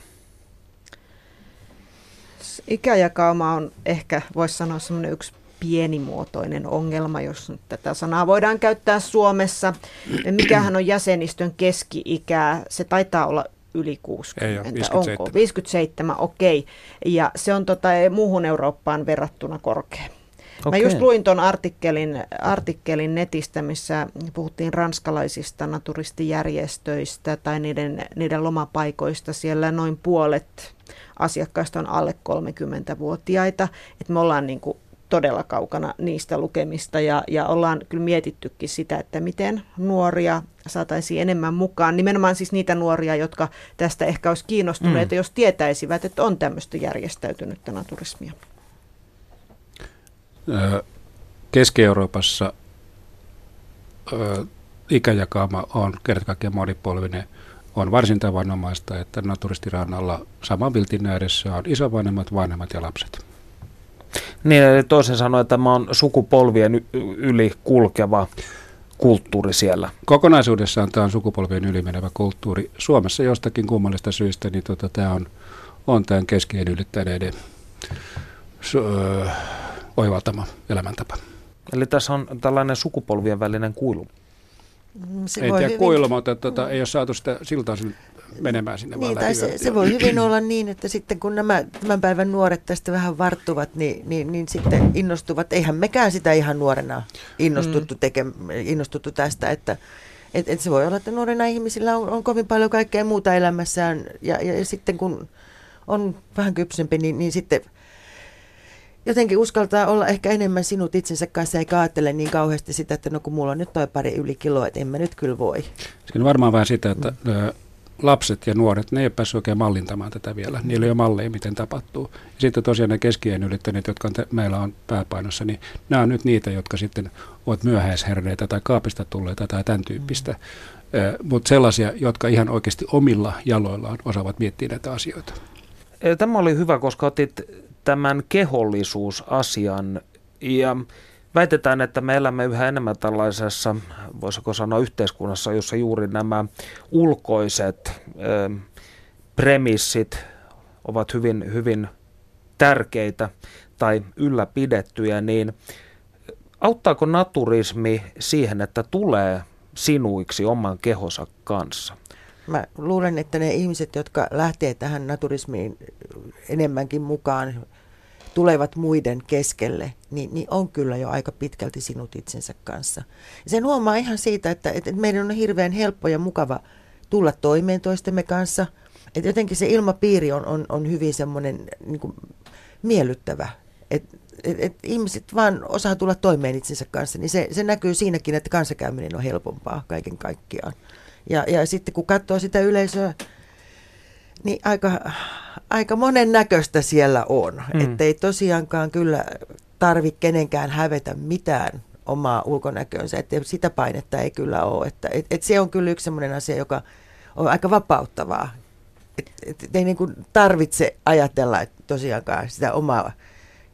Ikäjakauma on ehkä, voisi sanoa, semmoinen yksi pienimuotoinen ongelma, jos nyt tätä sanaa voidaan käyttää Suomessa. Mikähän on jäsenistön keski-ikää? Se taitaa olla yli 60. Ei 57. Onko? 57, okei. Ja se on muuhun Eurooppaan verrattuna korkea. Mä just luin tuon artikkelin netistä, missä puhuttiin ranskalaisista naturistijärjestöistä tai niiden lomapaikoista. Siellä noin puolet asiakkaista on alle 30-vuotiaita. Et me ollaan niin kuin todella kaukana niistä lukemista ja ollaan kyllä mietittykin sitä, että miten nuoria saataisiin enemmän mukaan. Nimenomaan siis niitä nuoria, jotka tästä ehkä olisi kiinnostuneita, jos tietäisivät, että on tämmöistä järjestäytynyttä naturismia. Keski-Euroopassa ikäjakauma on kerta kaikkiaan monipolvinen. On varsin tavanomaista, että naturistirannalla saman viltin ääressä on isovanhemmat, vanhemmat ja lapset. Niin, eli toisin sanoen tämä on sukupolvien yli kulkeva kulttuuri siellä. Kokonaisuudessaan tämä on sukupolvien yli menevä kulttuuri. Suomessa jostakin kummallista syystä niin tämä on tämän keskien ylittäneiden oivaltama elämäntapa. Eli tässä on tällainen sukupolvien välinen kuilu. En tiedä kuilu, mutta ei ole saatu sitä siltä osin menemään sinne. Niin, tai se voi hyvin olla niin, että sitten kun nämä tämän päivän nuoret tästä vähän varttuvat, niin sitten innostuvat. Eihän mekään sitä ihan nuorena innostuttu tästä, että se voi olla, että nuorena ihmisillä on kovin paljon kaikkea muuta elämässään ja sitten kun on vähän kypsempi, niin sitten jotenkin uskaltaa olla ehkä enemmän sinut itsensä kanssa eikä ajattele niin kauheasti sitä, että no kun mulla on nyt toi pari yli kiloa, että en mä nyt kyllä voi. Siinä on varmaan vähän sitä, että lapset ja nuoret, ne ei päässyt oikein mallintamaan tätä vielä. Niillä ei ole malleja, miten tapahtuu. Ja sitten tosiaan ne keski-iän ylittäneet, jotka meillä on pääpainossa, niin nämä on nyt niitä, jotka sitten ovat myöhäisherneitä tai kaapista tulleita tai tämän tyyppistä. Mutta sellaisia, jotka ihan oikeasti omilla jaloillaan osaavat miettiä näitä asioita. Tämä oli hyvä, koska otit tämän kehollisuusasian ja väitetään, että me elämme yhä enemmän tällaisessa, voisiko sanoa yhteiskunnassa, jossa juuri nämä ulkoiset premissit ovat hyvin, hyvin tärkeitä tai ylläpidettyjä, niin auttaako naturismi siihen, että tulee sinuiksi oman kehonsa kanssa? Mä luulen, että ne ihmiset, jotka lähtee tähän naturismiin enemmänkin mukaan, tulevat muiden keskelle, niin on kyllä jo aika pitkälti sinut itsensä kanssa. Sen huomaa ihan siitä, että meidän on hirveän helppo ja mukava tulla toimeen toistemme kanssa. Että jotenkin se ilmapiiri on hyvin semmoinen niin kuin miellyttävä. Et ihmiset vaan osaa tulla toimeen itsensä kanssa, niin se näkyy siinäkin, että kanssakäyminen on helpompaa kaiken kaikkiaan. Ja sitten kun katsoo sitä yleisöä, niin aika monen näköistä siellä on. Että ei tosiaankaan kyllä tarvitse kenenkään hävetä mitään omaa ulkonäköönsä. Että sitä painetta ei kyllä ole. Että se on kyllä yksi sellainen asia, joka on aika vapauttavaa. Että ei niin kuin tarvitse ajatella että tosiaankaan sitä omaa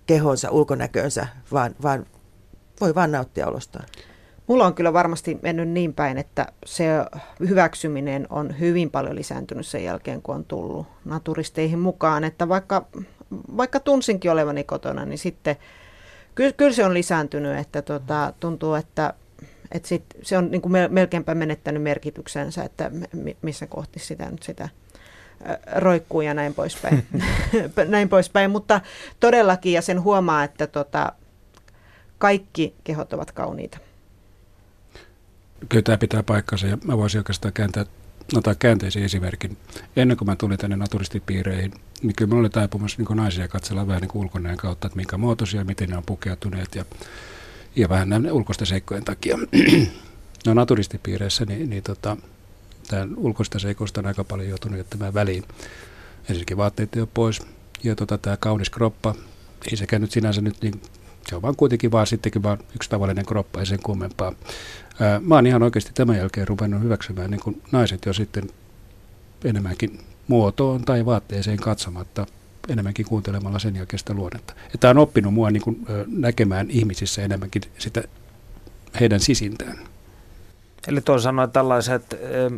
kehonsa, ulkonäkönsä, vaan voi vaan nauttia olostaan. Mulla on kyllä varmasti mennyt niin päin, että se hyväksyminen on hyvin paljon lisääntynyt sen jälkeen, kun on tullut naturisteihin mukaan. Että vaikka tunsinkin olevani kotona, niin sitten kyllä se on lisääntynyt, että tuntuu, että se on niin kuin melkeinpä menettänyt merkityksensä, että missä kohti sitä roikkuu ja näin poispäin. näin poispäin. Mutta todellakin, ja sen huomaa, että kaikki kehot ovat kauniita. Kyllä tämä pitää paikkansa, ja mä voisin oikeastaan ottaa käänteisen esimerkin. Ennen kuin mä tulin tänne naturistipiireihin, niin kyllä minulla oli taipumus niin naisia katsella vähän niin ulkonäön kautta, että minkä muotoisia, miten ne on pukeutuneet ja vähän näiden ulkoisten seikkojen takia. No naturistipiireissä, niin tämän ulkoista seikoista on aika paljon joutunut jättämään väliin. Ensinnäkin vaatteet ei ole pois, ja tämä kaunis kroppa, ei sekään nyt sinänsä nyt niin, se on vaan kuitenkin vaan sittenkin vaan yksi tavallinen kroppa, ei sen kummempaa. Mä oon ihan oikeasti tämän jälkeen ruvennut hyväksymään niin kuin naiset jo sitten enemmänkin muotoon tai vaatteeseen katsomatta, enemmänkin kuuntelemalla sen jälkeen sitä luonnetta. Tämä on oppinut mua niin kuin, näkemään ihmisissä enemmänkin sitä heidän sisintään. Eli toisin sanoen tällaiset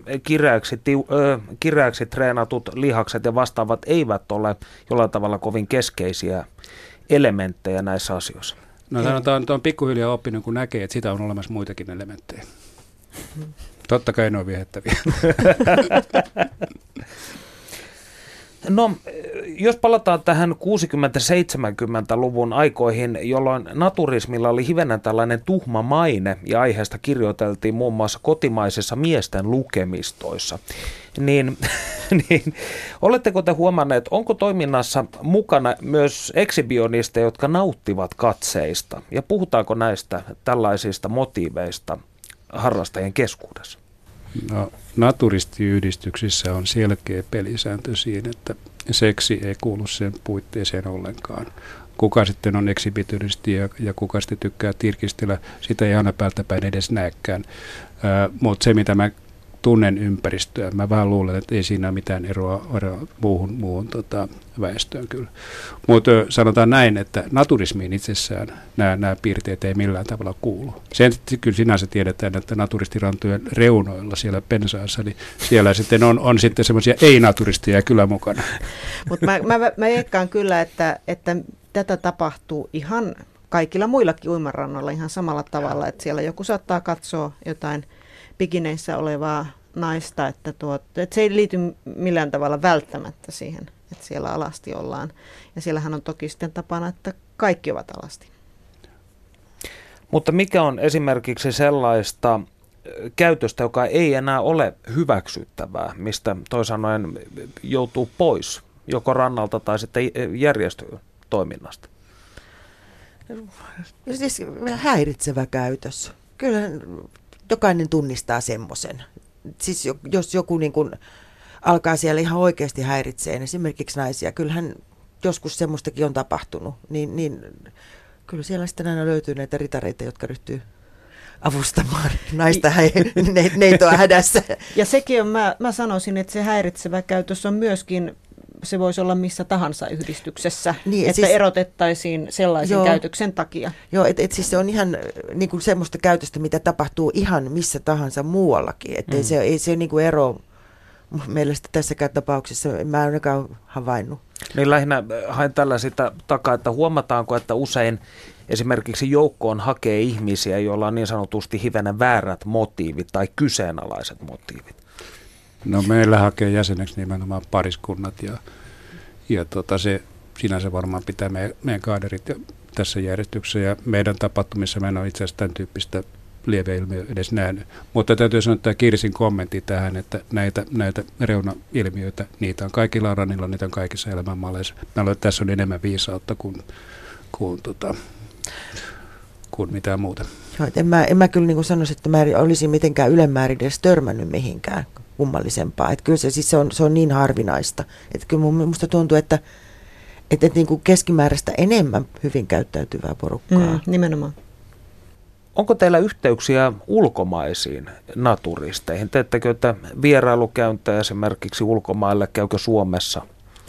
kireäksi treenatut lihakset ja vastaavat eivät ole jollain tavalla kovin keskeisiä elementtejä näissä asioissa. No sanotaan, että on pikkuhiljaa oppinut, kun näkee, että sitä on olemassa muitakin elementtejä. Totta kai ne on viehättäviä. No, jos palataan tähän 60-70-luvun aikoihin, jolloin naturismilla oli hivenen tällainen tuhma maine ja aiheesta kirjoiteltiin muun muassa kotimaisissa miesten lukemistoissa, niin oletteko te huomanneet, onko toiminnassa mukana myös ekshibitionisteja, jotka nauttivat katseista? Ja puhutaanko näistä tällaisista motiiveista harrastajien keskuudessa? No, naturistiyhdistyksissä on selkeä pelisääntö siinä, että seksi ei kuulu sen puitteeseen ollenkaan. Kuka sitten on ekshibitionisti ja kuka sitten tykkää tirkistellä, sitä ei aina päältäpäin edes näekään. Mutta se, mitä mä tunnen ympäristöä, mä vähän luulen, että ei siinä ole mitään eroa muuhun väestöön kyllä. Mutta sanotaan näin, että naturismiin itsessään nämä piirteet ei millään tavalla kuulu. Sen kyllä sinänsä tiedetään, että naturistirantojen reunoilla siellä pensaassa, niin siellä sitten on sitten semmoisia ei-naturisteja kyllä mukana. Mutta mä veikkaan kyllä, että tätä tapahtuu ihan kaikilla muillakin uimarannoilla ihan samalla tavalla, että siellä joku saattaa katsoa jotain bikineissä olevaa naista, että se ei liity millään tavalla välttämättä siihen, että siellä alasti ollaan. Ja siellähän on toki sitten tapana, että kaikki ovat alasti. Mutta mikä on esimerkiksi sellaista käytöstä, joka ei enää ole hyväksyttävää, mistä toisaalta joutuu pois joko rannalta tai sitten järjestötoiminnasta? Siis häiritsevä käytös. Kyllä jokainen tunnistaa semmoisen. Siis jos joku niin kuin alkaa siellä ihan oikeasti häiritseen, esimerkiksi naisia, kyllähän joskus semmoistakin on tapahtunut, niin kyllä siellä sitten aina löytyy näitä ritareita, jotka ryhtyy avustamaan naista neitoa hädässä. Ja sekin on, mä sanoisin, että se häiritsevä käytös on myöskin, se voisi olla missä tahansa yhdistyksessä, niin, että siis erotettaisiin sellaisen käytöksen takia. Joo, siis se on ihan niin kuin semmoista käytöstä, mitä tapahtuu ihan missä tahansa muuallakin. Että ei se niin kuin ero mielestäni tässäkään tapauksessa, en mä ainakaan havainnut. Niin lähinnä hain tällä sitä takaa, että huomataanko, että usein esimerkiksi joukkoon hakee ihmisiä, joilla on niin sanotusti hivenen väärät motiivit tai kyseenalaiset motiivit. No meillä hakee jäseneksi nimenomaan pariskunnat ja se sinänsä varmaan pitää meidän kaaderit tässä järjestyksessä ja meidän tapahtumissa me en ole itse asiassa tämän tyyppistä lieveilmiöä edes nähnyt. Mutta täytyy sanoa tämä Kirsin kommentti tähän, että näitä reunailmiöitä, niitä on kaikilla rannilla, niitä on kaikissa elämänmalleissa. Mä luulen, että tässä on enemmän viisautta kuin mitään muuta. Joo, en mä kyllä niin sanoisi, että mä olisin mitenkään ylemmäärin edes törmännyt mihinkään kummallisempaa. Että kyllä se on niin harvinaista. Että kyllä musta tuntuu, että niin kuin keskimääräistä enemmän hyvin käyttäytyvää porukkaa. Nimenomaan. Onko teillä yhteyksiä ulkomaisiin naturisteihin? Teettekö vierailukäyntejä esimerkiksi ulkomaille? Käykö Suomessa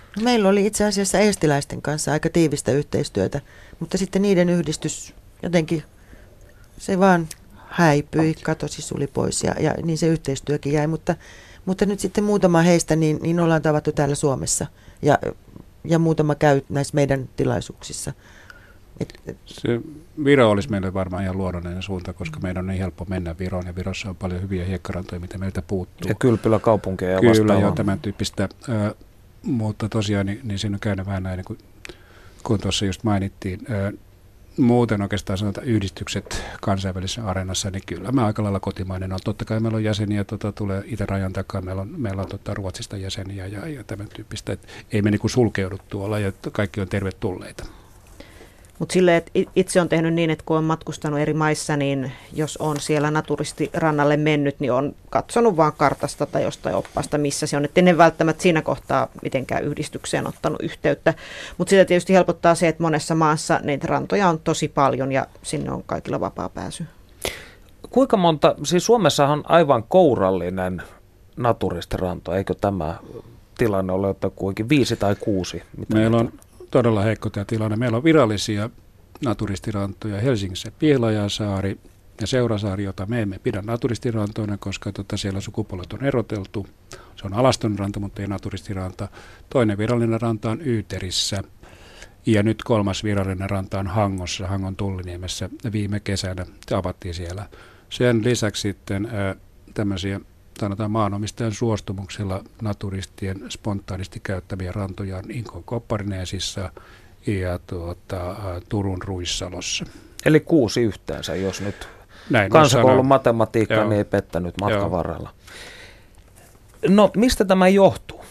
No, meillä oli itse asiassa eestiläisten kanssa aika tiivistä yhteistyötä, mutta sitten niiden yhdistys jotenkin, se vaan häipyi, katosi, suli pois ja niin se yhteistyökin jäi, mutta nyt sitten muutama heistä niin ollaan tavattu täällä Suomessa ja muutama käy näissä meidän tilaisuuksissa. Se Viro olisi meille varmaan ihan luonnollinen suunta, koska meidän on niin helppo mennä Viroon ja Virossa on paljon hyviä hiekkarantoja, mitä meiltä puuttuu. Ja kylpyläkaupunkeja ja Kyllä, vastaavaa. ja tämän tyyppistä, mutta tosiaan niin siinä on käynyt vähän näin, kun tuossa just mainittiin. Muuten oikeastaan sanotaan yhdistykset kansainvälisessä areenassa, niin kyllä mä aika lailla kotimainen on. Totta kai meillä on jäseniä, tulee itärajan takaa, meillä on Ruotsista jäseniä ja tämän tyyppistä. Et ei me niin sulkeudu tuolla ja kaikki on tervetulleita. Mutta silleen, että itse on tehnyt niin, että kun on matkustanut eri maissa, niin jos on siellä naturistirannalle mennyt, niin on katsonut vaan kartasta tai jostain oppaasta, missä se on. Että en välttämättä siinä kohtaa mitenkään yhdistykseen ottanut yhteyttä. Mutta sitä tietysti helpottaa se, että monessa maassa niitä rantoja on tosi paljon ja sinne on kaikilla vapaa pääsy. Kuinka monta, siis Suomessahan on aivan kourallinen naturistiranto, eikö tämä tilanne ole jotakuinkin 5 tai 6? Meillä on todella heikko tämä tilanne. Meillä on virallisia naturistirantoja Helsingissä Pihlajasaari ja Seurasaari, jota me emme pidä naturistirantoina, koska siellä sukupuolet on eroteltu. Se on alaston ranta, mutta ei naturistiranta. Toinen virallinen ranta on Yyterissä ja nyt 3. virallinen ranta on Hangossa, Hangon Tulliniemessä. Viime kesänä se avattiin siellä. Sen lisäksi sitten tämmöisiä sanotaan maanomistajan suostumuksella naturistien spontaanisti käyttäviä rantoja on Inkon Kopparineesissa ja Turun Ruissalossa. Eli 6 yhteensä, jos nyt Näin kansakoulun matematiikka niin ei pettänyt matkan varrella. No, mistä tämä johtuu?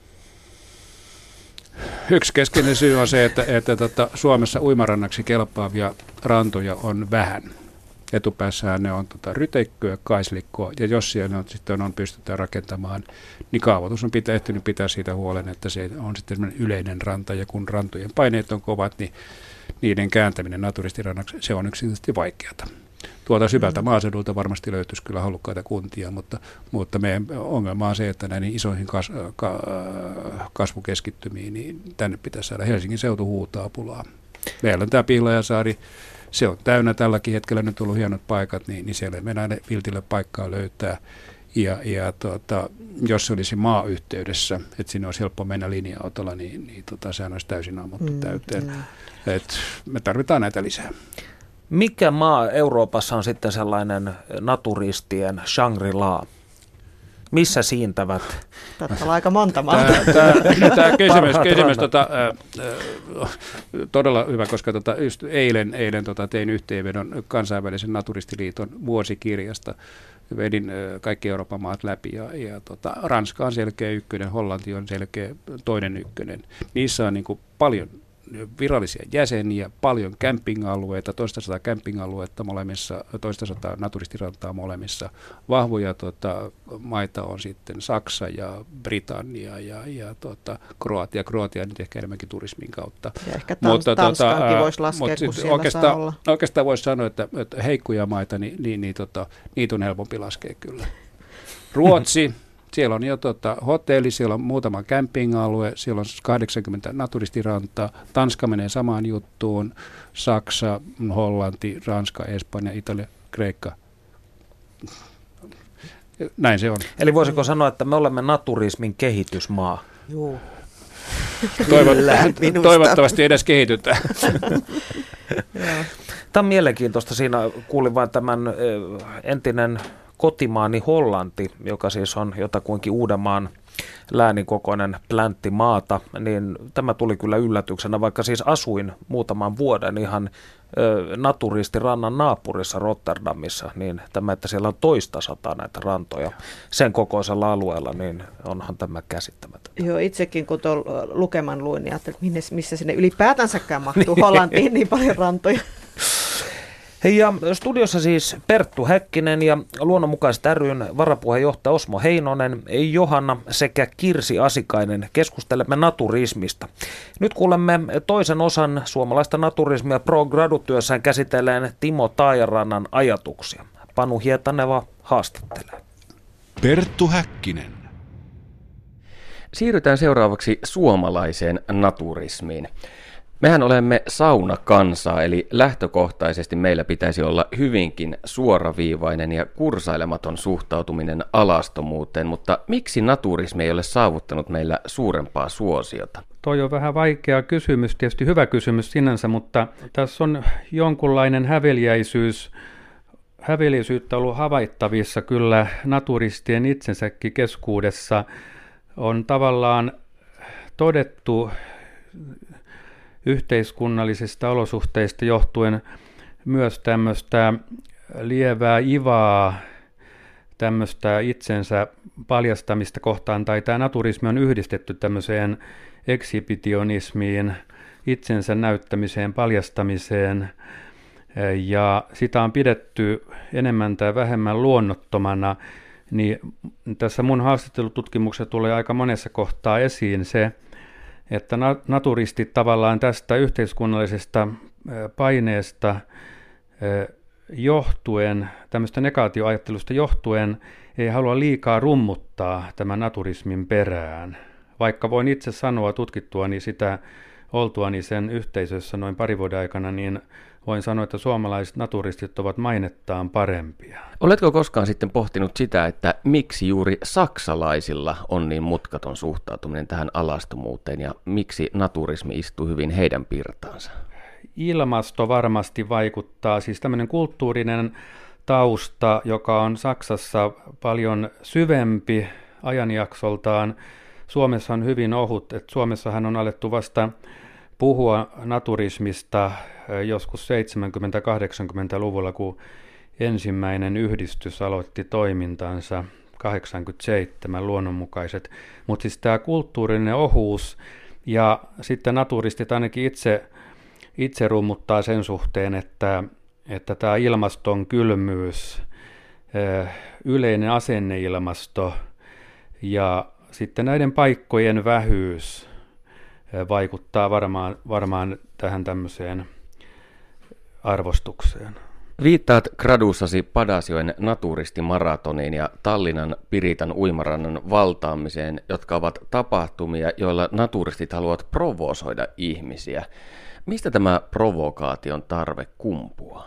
Yksi keskeinen syy on se, että Suomessa uimarannaksi kelpaavia rantoja on vähän. Etupäässähän ne on ryteikköä, kaislikkoa, ja jos siellä on pystytään rakentamaan, niin kaavoitus on ehtinyt pitää siitä huolen, että se on sitten yleinen ranta, ja kun rantojen paineet on kovat, niin niiden kääntäminen naturistirannaksi, se on yksinkertaisesti vaikeata. Tuolta syvältä maaseudulta varmasti löytyisi kyllä halukkaita kuntia, mutta meidän ongelma on se, että näihin isoihin kasvukeskittymiin, niin tänne pitäisi saada Helsingin seutu huutaa pulaa. Meillä on tämä Pihlajasaari. Se on täynnä tälläkin hetkellä, nyt on ollut hienot paikat, niin siellä ei mennä viltille paikkaa löytää. Ja jos se olisi maayhteydessä, että sinne olisi helppo mennä linja-autolla, niin sehän olisi täysin ammuttu täyteen. Et me tarvitaan näitä lisää. Mikä maa Euroopassa on sitten sellainen naturistien Shangri-La? Missä siintävät? Taitaa olla aika monta maata. Tämä kysymys todella hyvä, koska just eilen tein yhteenvedon kansainvälisen naturistiliiton vuosikirjasta. Vedin kaikki Euroopan maat läpi ja Ranska on selkeä ykkönen, Hollanti on selkeä toinen ykkönen. Niissä on niin kuin paljon virallisia jäseniä, paljon camping-alueita, 200 camping-aluetta molemmissa, 200 naturistirantaa molemmissa. Vahvoja maita on sitten Saksa ja Britannia ja Kroatia. Kroatia nyt ehkä enemmänkin turismin kautta. Ja ehkä Tanskaankin voisi laskea, kun siellä saa olla. Oikeastaan voisi sanoa, että heikkoja maita, niitä on helpompi laskea kyllä. Ruotsi. Siellä on jo hotelli, siellä on muutama camping-alue, siellä on 80 naturistirantaa. Tanska menee samaan juttuun, Saksa, Hollanti, Ranska, Espanja, Italia, Kreikka. Näin se on. Eli voisiko sanoa, että me olemme naturismin kehitysmaa? Joo. Toivottavasti edes kehitytään. Tämä on mielenkiintoista. Siinä kuulin vain tämän entinen kotimaani Hollanti, joka siis on jotakuinkin Uudenmaan läänin kokoinen pläntti maata, niin tämä tuli kyllä yllätyksenä, vaikka siis asuin muutaman vuoden ihan naturistirannan naapurissa Rotterdamissa, niin tämä, että siellä on 200 näitä rantoja sen kokoisella alueella, niin onhan tämä käsittämätöntä. Joo, itsekin kun tuon lukeman luin, niin ajattelin, että missä sinne ylipäätänsäkään mahtuu Hollantiin niin paljon rantoja. Ja studiossa siis Perttu Häkkinen ja Luonnonmukaiset ry:n varapuheenjohtaja Osmo Heinonen, Johanna sekä Kirsi Asikainen. Keskustelemme naturismista. Nyt kuulemme toisen osan suomalaista naturismia pro gradu-työssään käsitelleen Timo Taajarannan ajatuksia. Panu Hietaneva haastattelee. Perttu Häkkinen. Siirrytään seuraavaksi suomalaiseen naturismiin. Mehän olemme saunakansaa, eli lähtökohtaisesti meillä pitäisi olla hyvinkin suoraviivainen ja kursailematon suhtautuminen alastomuuteen, mutta miksi naturismi ei ole saavuttanut meillä suurempaa suosiota? Toi on vähän vaikea kysymys, tietysti hyvä kysymys sinänsä, mutta tässä on jonkunlainen häveliäisyyttä ollut havaittavissa kyllä naturistien itsensäkin keskuudessa. On tavallaan todettu yhteiskunnallisista olosuhteista johtuen myös tämmöistä lievää ivaa, tämmöistä itsensä paljastamista kohtaan, tai tämä naturismi on yhdistetty tämmöiseen ekshibitionismiin, itsensä näyttämiseen, paljastamiseen, ja sitä on pidetty enemmän tai vähemmän luonnottomana, niin tässä mun haastattelututkimuksessa tulee aika monessa kohtaa esiin se, että naturistit tavallaan tästä yhteiskunnallisesta paineesta johtuen, tämmöistä negaatioajattelusta johtuen, ei halua liikaa rummuttaa tämän naturismin perään. Vaikka voin itse sanoa tutkittuani sitä oltuani sen yhteisössä noin parin vuoden aikana, niin voin sanoa, että suomalaiset naturistit ovat mainettaan parempia. Oletko koskaan sitten pohtinut sitä, että miksi juuri saksalaisilla on niin mutkaton suhtautuminen tähän alastomuuteen ja miksi naturismi istuu hyvin heidän pirtaansa? Ilmasto varmasti vaikuttaa, siis tämmöinen kulttuurinen tausta, joka on Saksassa paljon syvempi ajanjaksoltaan. Suomessa on hyvin ohut, että Suomessahan on alettu vasta puhua naturismista joskus 70-80-luvulla, kun ensimmäinen yhdistys aloitti toimintansa 87 luonnonmukaiset. Mutta siis tämä kulttuurinen ohuus ja sitten naturistit ainakin itse rummuttaa sen suhteen, että tämä ilmaston kylmyys, yleinen asenneilmasto ja sitten näiden paikkojen vähyys vaikuttaa varmaan tähän tämmöiseen arvostukseen. Viittaat graduussasi Padasjoen naturistimaratoniin ja Tallinnan Piritan uimarannan valtaamiseen, jotka ovat tapahtumia, joilla naturistit haluavat provosoida ihmisiä. Mistä tämä provokaation tarve kumpuaa?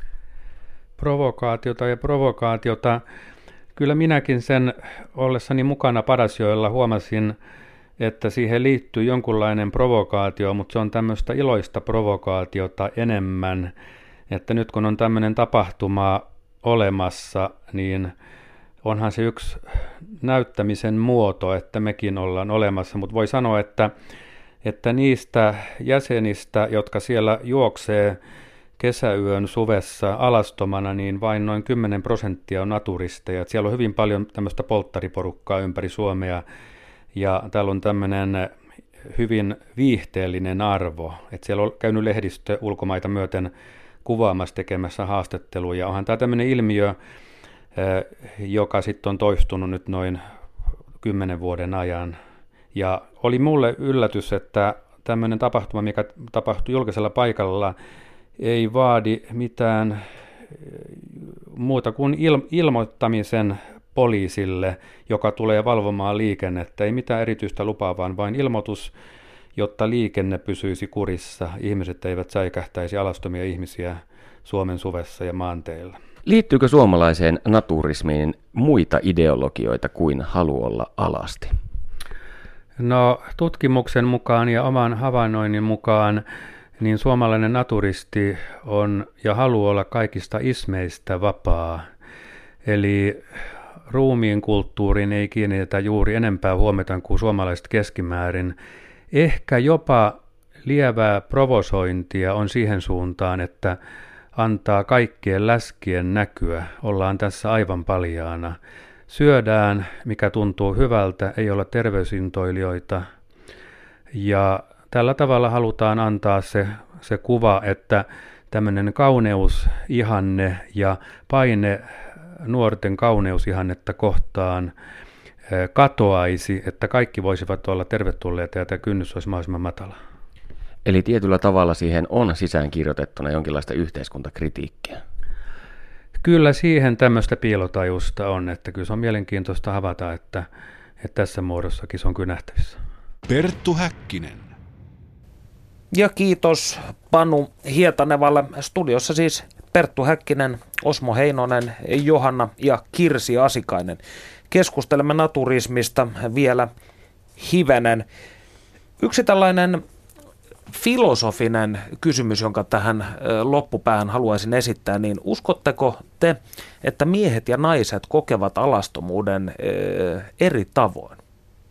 Provokaatiota. Kyllä minäkin sen ollessani mukana Padasjoella huomasin, että siihen liittyy jonkunlainen provokaatio, mutta se on tämmöistä iloista provokaatiota enemmän, että nyt kun on tämmöinen tapahtuma olemassa, niin onhan se yksi näyttämisen muoto, että mekin ollaan olemassa, mutta voi sanoa, että niistä jäsenistä, jotka siellä juoksee kesäyön suvessa alastomana, niin vain noin 10% on naturisteja. Siellä on hyvin paljon tämmöistä polttariporukkaa ympäri Suomea, ja täällä on tämmöinen hyvin viihteellinen arvo. Että siellä on käynyt lehdistö ulkomaita myöten kuvaamassa, tekemässä haastatteluja. Onhan tämä tämmöinen ilmiö, joka sitten on toistunut nyt noin 10 vuoden ajan. Ja oli mulle yllätys, että tämmöinen tapahtuma, mikä tapahtui julkisella paikalla, ei vaadi mitään muuta kuin ilmoittamisen poliisille, joka tulee valvomaan liikennettä. Ei mitään erityistä lupaa, vaan vain ilmoitus, jotta liikenne pysyisi kurissa. Ihmiset eivät säikähtäisi alastomia ihmisiä Suomen suvessa ja maanteilla. Liittyykö suomalaiseen naturismiin muita ideologioita kuin halu olla alasti? No, tutkimuksen mukaan ja oman havainnoinnin mukaan niin suomalainen naturisti on ja haluaa olla kaikista ismeistä vapaa. Eli ruumiin kulttuuriin ei kiinnitetä juuri enempää huomiota kuin suomalaiset keskimäärin. Ehkä jopa lievää provosointia on siihen suuntaan, että antaa kaikkien läskien näkyä. Ollaan tässä aivan paljaana. Syödään, mikä tuntuu hyvältä, ei olla terveysintoilijoita. Ja tällä tavalla halutaan antaa se kuva, että tämmöinen kauneusihanne ja paine nuorten kauneusihannetta kohtaan katoaisi, että kaikki voisivat olla tervetulleita ja tämä kynnys olisi mahdollisimman matala. Eli tietyllä tavalla siihen on sisäänkirjoitettuna jonkinlaista yhteiskuntakritiikkiä. Kyllä siihen tämmöistä piilotajusta on, että kyllä se on mielenkiintoista havaita, että tässä muodossakin se on kyllä nähtävissä. Perttu Häkkinen. Ja kiitos Panu Hietanevalle. Studiossa siis Perttu Häkkinen, Osmo Heinonen, Johanna ja Kirsi Asikainen. Keskustelemme naturismista vielä hivenen. Yksi tällainen filosofinen kysymys, jonka tähän loppupäähän haluaisin esittää, niin uskotteko te, että miehet ja naiset kokevat alastomuuden eri tavoin?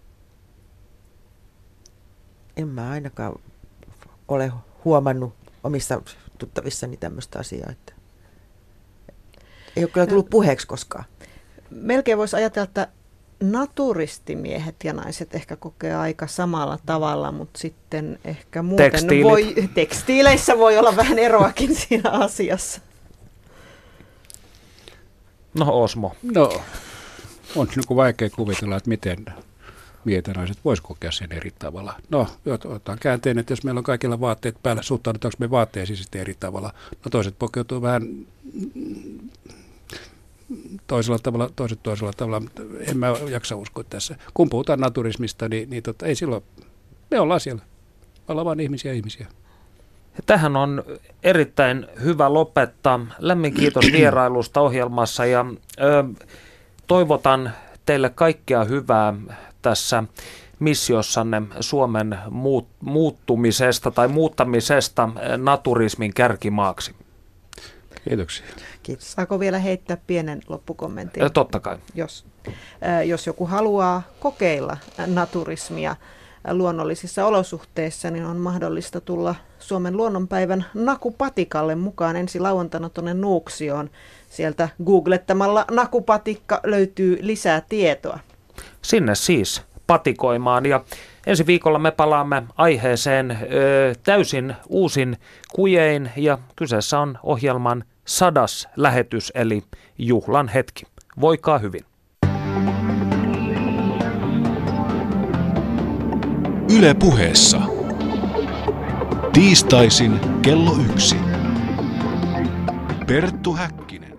En mä ainakaan ole huomannut omissa tuttavissani tämmöistä asiaa, että ei ole kyllä tullut puheeksi koskaan. Melkein voisi ajatella, että naturistimiehet ja naiset ehkä kokee aika samalla tavalla, mutta sitten ehkä muuten tekstiileissä voi olla vähän eroakin siinä asiassa. No Osmo. No, on niin kuin vaikea kuvitella, että miten miehet ja naiset vois kokea sen eri tavalla. No, otetaan käänteen, että jos meillä on kaikilla vaatteet päällä, suhtaudutaanko me vaatteisiin sitten eri tavalla. No toiset pukeutuu vähän toisella tavalla, toiset toisella tavalla, mutta en mä jaksa uskoa tässä. Kun puhutaan naturismista, niin ei silloin, me ollaan siellä. Me ollaan vaan ihmisiä. Tähän on erittäin hyvä lopettaa. Lämmin kiitos vierailusta ohjelmassa ja toivotan teille kaikkea hyvää tässä missiossanne Suomen muuttumisesta tai muuttamisesta naturismin kärkimaaksi. Kiitoksia. Kiitos. Saako vielä heittää pienen loppukommentin? Totta kai. Jos joku haluaa kokeilla naturismia luonnollisissa olosuhteissa, niin on mahdollista tulla Suomen luonnonpäivän Nakupatikalle mukaan ensi lauantaina tuonne Nuuksioon. Sieltä googlettamalla Nakupatikka löytyy lisää tietoa. Sinne siis patikoimaan ja ensi viikolla me palaamme aiheeseen täysin uusin kujein ja kyseessä on ohjelman 100. lähetys eli juhlan hetki. Voikaa hyvin. Yle Puheessa. Tiistaisin kello 1. Perttu Häkkinen.